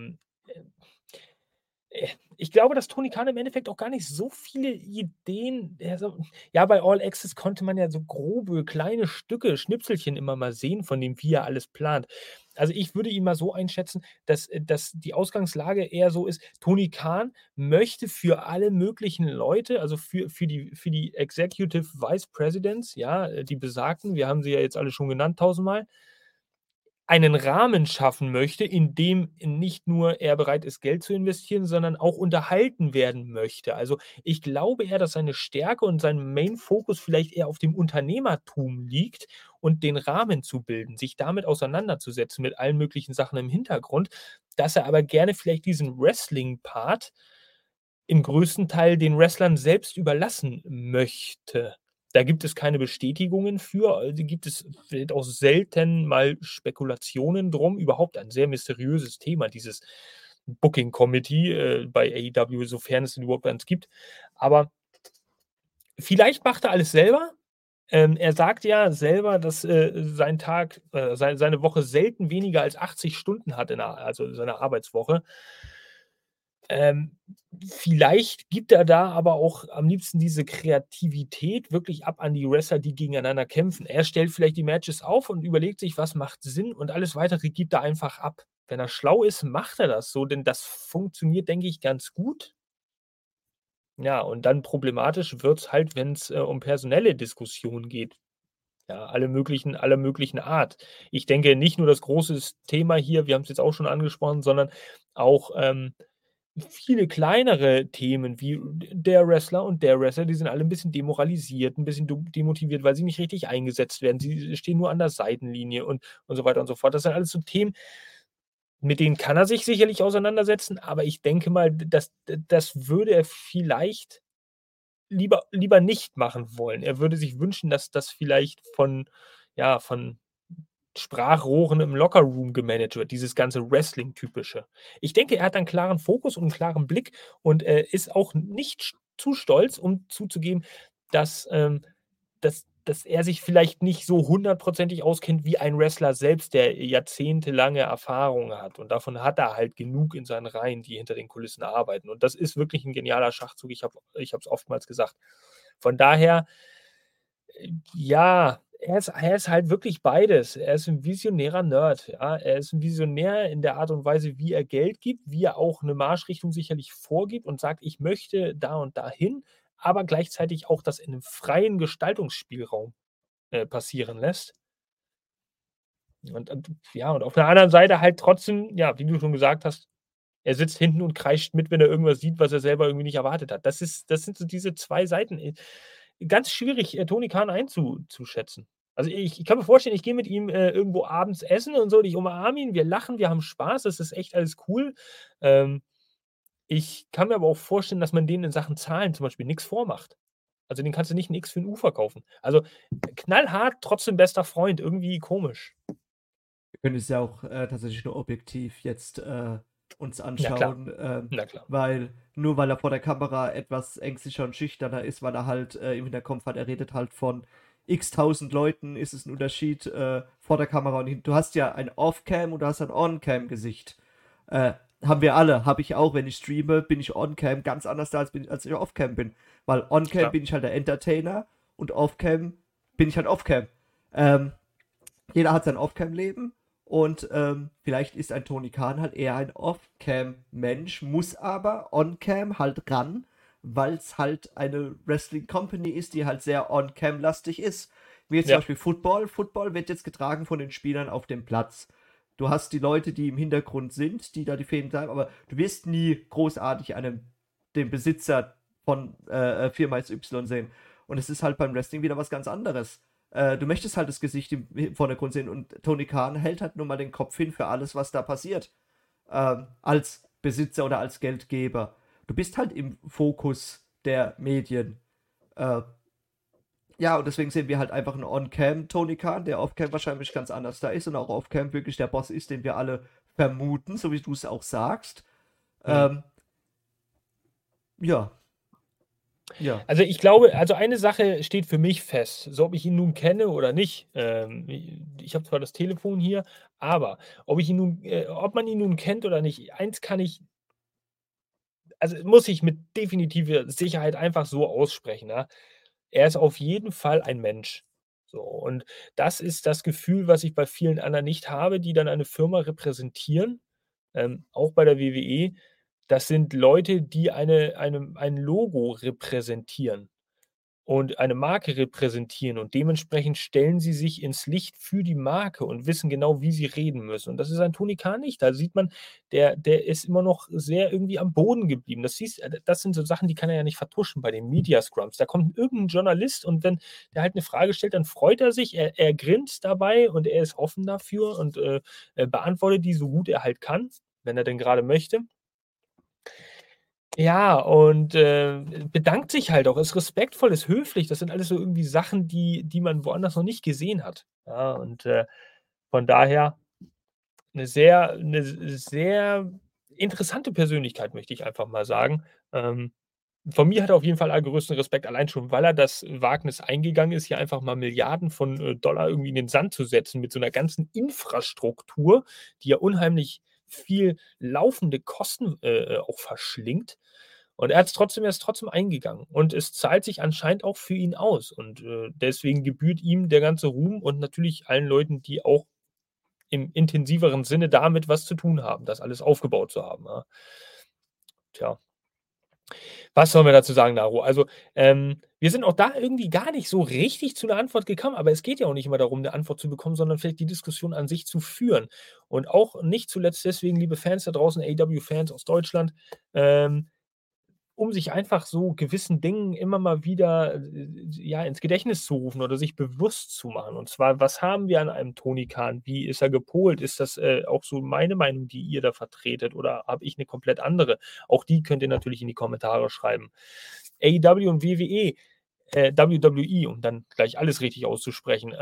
Ich glaube, dass Tony Khan im Endeffekt auch gar nicht so viele Ideen ja, bei All Access konnte man ja so grobe kleine Stücke, Schnipselchen immer mal sehen von dem, wie er alles plant. Also, ich würde ihn mal so einschätzen, dass die Ausgangslage eher so ist, Tony Khan möchte für alle möglichen Leute, also für die Executive Vice Presidents, ja, die besagten, wir haben sie ja jetzt alle schon genannt tausendmal, einen Rahmen schaffen möchte, in dem nicht nur er bereit ist, Geld zu investieren, sondern auch unterhalten werden möchte. Also, ich glaube eher, dass seine Stärke und sein Main-Fokus vielleicht eher auf dem Unternehmertum liegt und den Rahmen zu bilden, sich damit auseinanderzusetzen mit allen möglichen Sachen im Hintergrund, dass er aber gerne vielleicht diesen Wrestling-Part im größten Teil den Wrestlern selbst überlassen möchte. Da gibt es keine Bestätigungen für, also gibt es vielleicht auch selten mal Spekulationen drum. Überhaupt ein sehr mysteriöses Thema, dieses Booking Committee, bei AEW, sofern es denn überhaupt eins gibt. Aber vielleicht macht er alles selber. Er sagt ja selber, dass, sein Tag seine Woche selten weniger als 80 Stunden hat seine Arbeitswoche. Ähm, Vielleicht gibt er da aber auch am liebsten diese Kreativität wirklich ab an die Wrestler, die gegeneinander kämpfen. Er stellt vielleicht die Matches auf und überlegt sich, was macht Sinn, und alles Weitere gibt er einfach ab. Wenn er schlau ist, macht er das so, denn das funktioniert, denke ich, ganz gut. Ja, und dann problematisch wird's halt, wenn's, um personelle Diskussionen geht. Ja, aller möglichen Art. Ich denke, nicht nur das große Thema hier, wir haben's jetzt auch schon angesprochen, sondern auch, viele kleinere Themen wie der Wrestler und der Wrestler, die sind alle 'n bisschen demoralisiert, 'n bisschen demotiviert, weil sie nicht richtig eingesetzt werden. Sie stehen nur an der Seitenlinie und so weiter und so fort. Das sind alles so Themen, mit denen kann er sich sicherlich auseinandersetzen, aber ich denke mal, das würde er vielleicht lieber nicht machen wollen. Er würde sich wünschen, dass das vielleicht von Sprachrohren im Lockerroom gemanagt wird, dieses ganze Wrestling-Typische. Ich denke, er hat einen klaren Fokus und 'n klaren Blick und, ist auch nicht zu stolz, um zuzugeben, dass, dass er sich vielleicht nicht so hundertprozentig auskennt wie ein Wrestler selbst, der jahrzehntelange Erfahrung hat. Und davon hat er halt genug in seinen Reihen, die hinter den Kulissen arbeiten. Und das ist wirklich 'n genialer Schachzug. Ich habe es oftmals gesagt. Von daher, ja, er ist halt wirklich beides. Er ist 'n visionärer Nerd, ja. Er ist 'n Visionär in der Art und Weise, wie er Geld gibt, wie er auch 'ne Marschrichtung sicherlich vorgibt und sagt: „Ich möchte da und dahin“, aber gleichzeitig auch das in 'nem freien Gestaltungsspielraum, passieren lässt. Und ja, und auf der anderen Seite halt trotzdem, ja, wie du schon gesagt hast, er sitzt hinten und kreischt mit, wenn er irgendwas sieht, was er selber irgendwie nicht erwartet hat. Das sind so diese 2 Seiten. Ganz schwierig, Tony Khan einzuschätzen. Also, ich kann mir vorstellen, ich gehe mit ihm, irgendwo abends essen und so, und ich umarme ihn, wir lachen, wir haben Spaß, das ist echt alles cool. Ähm, Ich kann mir aber auch vorstellen, dass man denen in Sachen Zahlen zum Beispiel nix vormacht. Also, den kannst du nicht 'n X für 'n U verkaufen. Also, knallhart, trotzdem bester Freund, irgendwie komisch. Wir können es ja auch tatsächlich nur objektiv jetzt uns Na klar, anschauen, na klar. weil nur weil er vor der Kamera etwas ängstlicher und schüchterner ist, weil er halt im Hinterkopf hat, er redet halt von x tausend Leuten, ist es ein Unterschied vor der Kamera und du hast ja ein Off-Cam und du hast ein On-Cam-Gesicht. Haben wir alle, habe ich auch, wenn ich streame, bin ich On-Cam ganz anders da, als ich Off-Cam bin. Weil On-Cam Klar. bin ich halt der Entertainer und Off-Cam bin ich halt Off-Cam. Ähm, Jeder hat sein Off-Cam-Leben und vielleicht ist ein Tony Khan halt eher ein Off-Cam-Mensch, muss aber On-Cam halt ran, weil es halt eine Wrestling-Company ist, die halt sehr On-Cam-lastig ist. wie jetzt zum Ja. Beispiel Football. Football wird jetzt getragen von den Spielern auf dem Platz. Du hast die Leute, die im Hintergrund sind, die da die Fäden treiben, aber du wirst nie großartig den Besitzer von Firma XY sehen. Und es ist halt beim Wrestling wieder was ganz anderes. Du möchtest halt das Gesicht im Vordergrund sehen und Tony Khan hält halt nur mal den Kopf hin für alles, was da passiert. Als Besitzer oder als Geldgeber. Du bist halt im Fokus der Medien. Äh, ja, und deswegen sehen wir halt einfach einen On-Cam Tony Khan, der Off-Cam wahrscheinlich ganz anders da ist und auch Off-Cam wirklich der Boss ist, den wir alle vermuten, so wie du es auch sagst. Mhm. Ja. Ja. Also ich glaube, also eine Sache steht für mich fest, so ob ich ihn nun kenne oder nicht. Ich habe zwar das Telefon hier, aber ob man ihn nun kennt oder nicht, eins kann ich, also muss ich mit definitiver Sicherheit einfach so aussprechen, ja. Er ist auf jeden Fall ein Mensch. So, und das ist das Gefühl, was ich bei vielen anderen nicht habe, die dann eine Firma repräsentieren, auch bei der WWE. Das sind Leute, die ein Logo repräsentieren und eine Marke repräsentieren und dementsprechend stellen sie sich ins Licht für die Marke und wissen genau, wie sie reden müssen. Und das ist ein Tony Khan nicht. Da sieht man, der ist immer noch sehr irgendwie am Boden geblieben. Das sind so Sachen, die kann er ja nicht vertuschen bei den Media Scrums. Da kommt irgendein Journalist und wenn der halt eine Frage stellt, dann freut er sich, er grinst dabei und er ist offen dafür und beantwortet die so gut er halt kann, wenn er denn gerade möchte. Ja, und bedankt sich halt auch, ist respektvoll, ist höflich. Das sind alles so irgendwie Sachen, die man woanders noch nicht gesehen hat. Ja, und von daher 'ne sehr interessante Persönlichkeit, möchte ich einfach mal sagen. Von mir hat er auf jeden Fall allergrößten Respekt, allein schon, weil er das Wagnis eingegangen ist, hier einfach mal Milliarden von Dollar irgendwie in den Sand zu setzen mit so 'ner ganzen Infrastruktur, die ja unheimlich viel laufende Kosten auch verschlingt. Und er ist trotzdem eingegangen und es zahlt sich anscheinend auch für ihn aus und deswegen gebührt ihm der ganze Ruhm und natürlich allen Leuten, die auch im intensiveren Sinne damit was zu tun haben, das alles aufgebaut zu haben, ja. Tja. Was sollen wir dazu sagen, Naro? Also, wir sind auch da irgendwie gar nicht so richtig zu 'ner Antwort gekommen, aber es geht ja auch nicht immer darum, 'ne Antwort zu bekommen, sondern vielleicht die Diskussion an sich zu führen. Und auch nicht zuletzt deswegen, liebe Fans da draußen, AEW-Fans aus Deutschland, um sich einfach so gewissen Dingen immer mal wieder, ja, ins Gedächtnis zu rufen oder sich bewusst zu machen. Und zwar, was haben wir an einem Tony Khan? Wie ist er gepolt? Ist das, auch so meine Meinung, die ihr da vertretet oder habe ich 'ne komplett andere? Auch die könnt ihr natürlich in die Kommentare schreiben. AEW und WWE, WWE, um dann gleich alles richtig auszusprechen,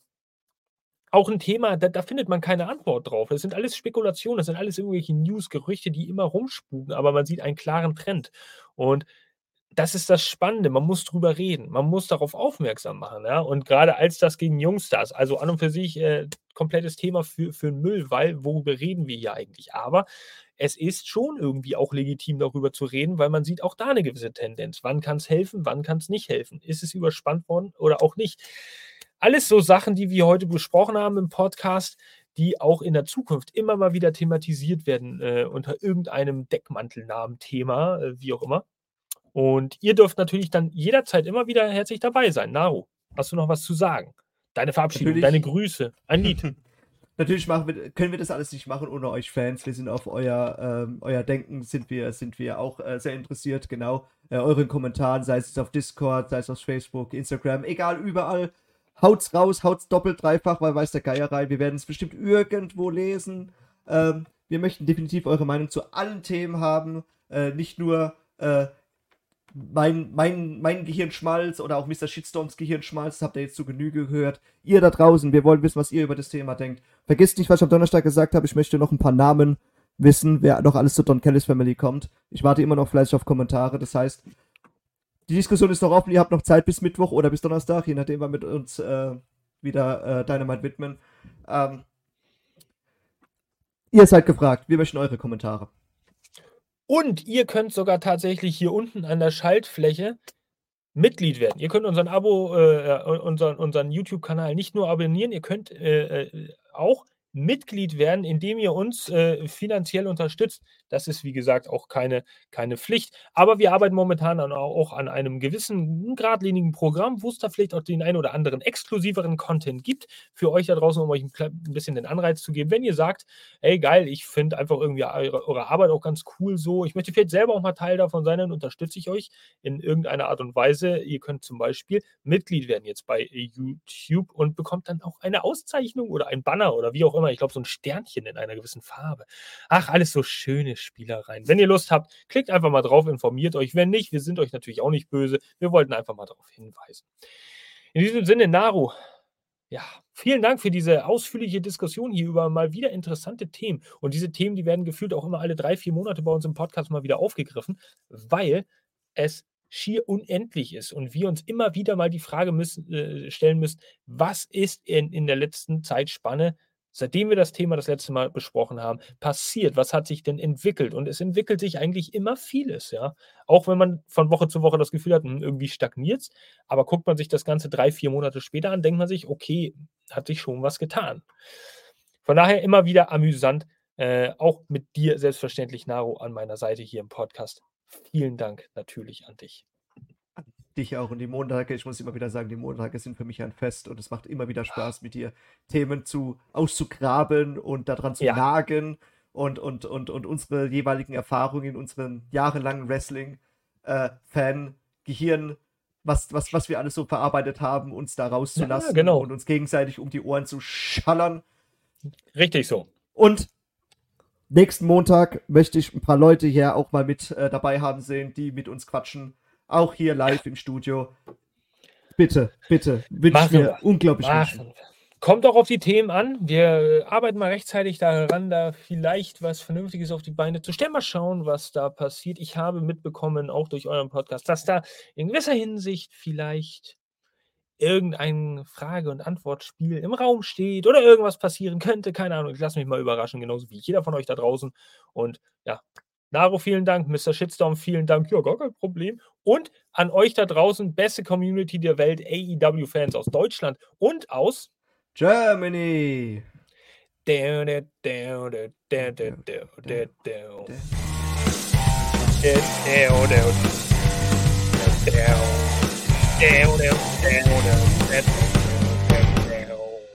auch 'n Thema, da findet man keine Antwort drauf. Das sind alles Spekulationen, das sind alles irgendwelche News, Gerüchte, die immer rumspuken, aber man sieht einen klaren Trend. Und das ist das Spannende, man muss drüber reden. Man muss darauf aufmerksam machen, ja? Und grade Allstars gegen Youngstars, also an und für sich, komplettes Thema für 'n Müll, weil worüber reden wir hier eigentlich? Aber es ist schon irgendwie auch legitim, darüber zu reden, weil man sieht auch da 'ne gewisse Tendenz. Wann kann's helfen, wann kann's nicht helfen? Ist es überspannt worden oder auch nicht? Alles so Sachen, die wir heute besprochen haben im Podcast, die auch in der Zukunft immer mal wieder thematisiert werden, unter irgendeinem Deckmantelnamen-Thema, wie auch immer. Und ihr dürft natürlich dann jederzeit immer wieder herzlich dabei sein. Naro, hast du noch was zu sagen? Deine Verabschiedung, deine Natürlich. Grüße, ein Lied. Natürlich können wir das alles nicht machen ohne euch Fans. Wir sind auf euer Denken sind wir auch sehr interessiert, genau. Euren Kommentaren, sei es auf Discord, sei es auf Facebook, Instagram, egal, überall. Haut's raus, haut's doppelt, dreifach, weil weiß der Geier rein. Wir werden es bestimmt irgendwo lesen. Wir möchten definitiv eure Meinung zu allen Themen haben. Nicht nur mein Gehirnschmalz oder auch Mr. Shitstorms Gehirnschmalz, das habt ihr jetzt zu Genüge gehört. Ihr da draußen, wir wollen wissen, was ihr über das Thema denkt. Vergesst nicht, was ich am Donnerstag gesagt habe. Ich möchte noch ein paar Namen wissen, wer noch alles zur Don Kelly's Family kommt. Ich warte immer noch fleißig auf Kommentare. Das heißt, die Diskussion ist noch offen. Ihr habt noch Zeit bis Mittwoch oder bis Donnerstag, je nachdem, wann wir uns wieder Dynamite widmen. Ihr seid gefragt. Wir möchten eure Kommentare. Und ihr könnt sogar tatsächlich hier unten an der Schaltfläche Mitglied werden. Ihr könnt unseren YouTube-Kanal nicht nur abonnieren, ihr könnt auch Mitglied werden, indem ihr uns finanziell unterstützt. Das ist, wie gesagt, auch keine Pflicht. Aber wir arbeiten momentan auch an einem gewissen geradlinigen Programm, wo es da vielleicht auch den einen oder anderen exklusiveren Content gibt für euch da draußen, um euch ein bisschen den Anreiz zu geben. Wenn ihr sagt, ey geil, ich finde einfach irgendwie eure Arbeit auch ganz cool so, ich möchte vielleicht selber auch mal Teil davon sein, dann unterstütze ich euch in irgendeiner Art und Weise. Ihr könnt zum Beispiel Mitglied werden jetzt bei YouTube und bekommt dann auch eine Auszeichnung oder ein Banner oder wie auch immer. Ich glaube, so ein Sternchen in einer gewissen Farbe. Ach, alles so schöne Spielereien. Wenn ihr Lust habt, klickt einfach mal drauf, informiert euch. Wenn nicht, wir sind euch natürlich auch nicht böse. Wir wollten einfach mal darauf hinweisen. In diesem Sinne, Naru, ja, vielen Dank für diese ausführliche Diskussion hier über mal wieder interessante Themen. Und diese Themen, die werden gefühlt auch immer alle 3-4 Monate bei uns im Podcast mal wieder aufgegriffen, weil es schier unendlich ist und wir uns immer wieder mal die Frage stellen müssen, was ist in der letzten Zeitspanne, seitdem wir das Thema das letzte Mal besprochen haben, passiert? Was hat sich denn entwickelt? Und es entwickelt sich eigentlich immer vieles, ja. Auch wenn man von Woche zu Woche das Gefühl hat, irgendwie stagniert's, aber guckt man sich das Ganze 3-4 Monate später an, denkt man sich, okay, hat sich schon was getan. Von daher immer wieder amüsant, auch mit dir selbstverständlich, Naru, an meiner Seite hier im Podcast. Vielen Dank natürlich an dich. Dich auch. Und die Montage, ich muss immer wieder sagen, die Montage sind für mich ein Fest und es macht immer wieder Spaß, mit dir Themen auszugraben und daran zu nagen und unsere jeweiligen Erfahrungen in unserem jahrelangen Wrestling-Fan-Gehirn, was wir alles so verarbeitet haben, uns da rauszulassen und uns gegenseitig um die Ohren zu schallern. Richtig so. Und nächsten Montag möchte ich ein paar Leute hier auch mal mit dabei haben sehen, die mit uns quatschen. Auch hier live im Studio. Bitte, bitte. Wünsche ich mir unglaublich wünschen. Kommt auch auf die Themen an. Wir arbeiten mal rechtzeitig daran, da vielleicht was Vernünftiges auf die Beine zu stellen. Mal schauen, was da passiert. Ich habe mitbekommen, auch durch euren Podcast, dass da in gewisser Hinsicht vielleicht irgendein Frage- und Antwortspiel im Raum steht oder irgendwas passieren könnte. Keine Ahnung. Ich lasse mich mal überraschen, genauso wie jeder von euch da draußen. Und ja, Naru, vielen Dank. Mr. Shitstorm, vielen Dank. Ja, gar kein Problem. Und an euch da draußen, beste Community der Welt, AEW-Fans aus Deutschland und aus Germany.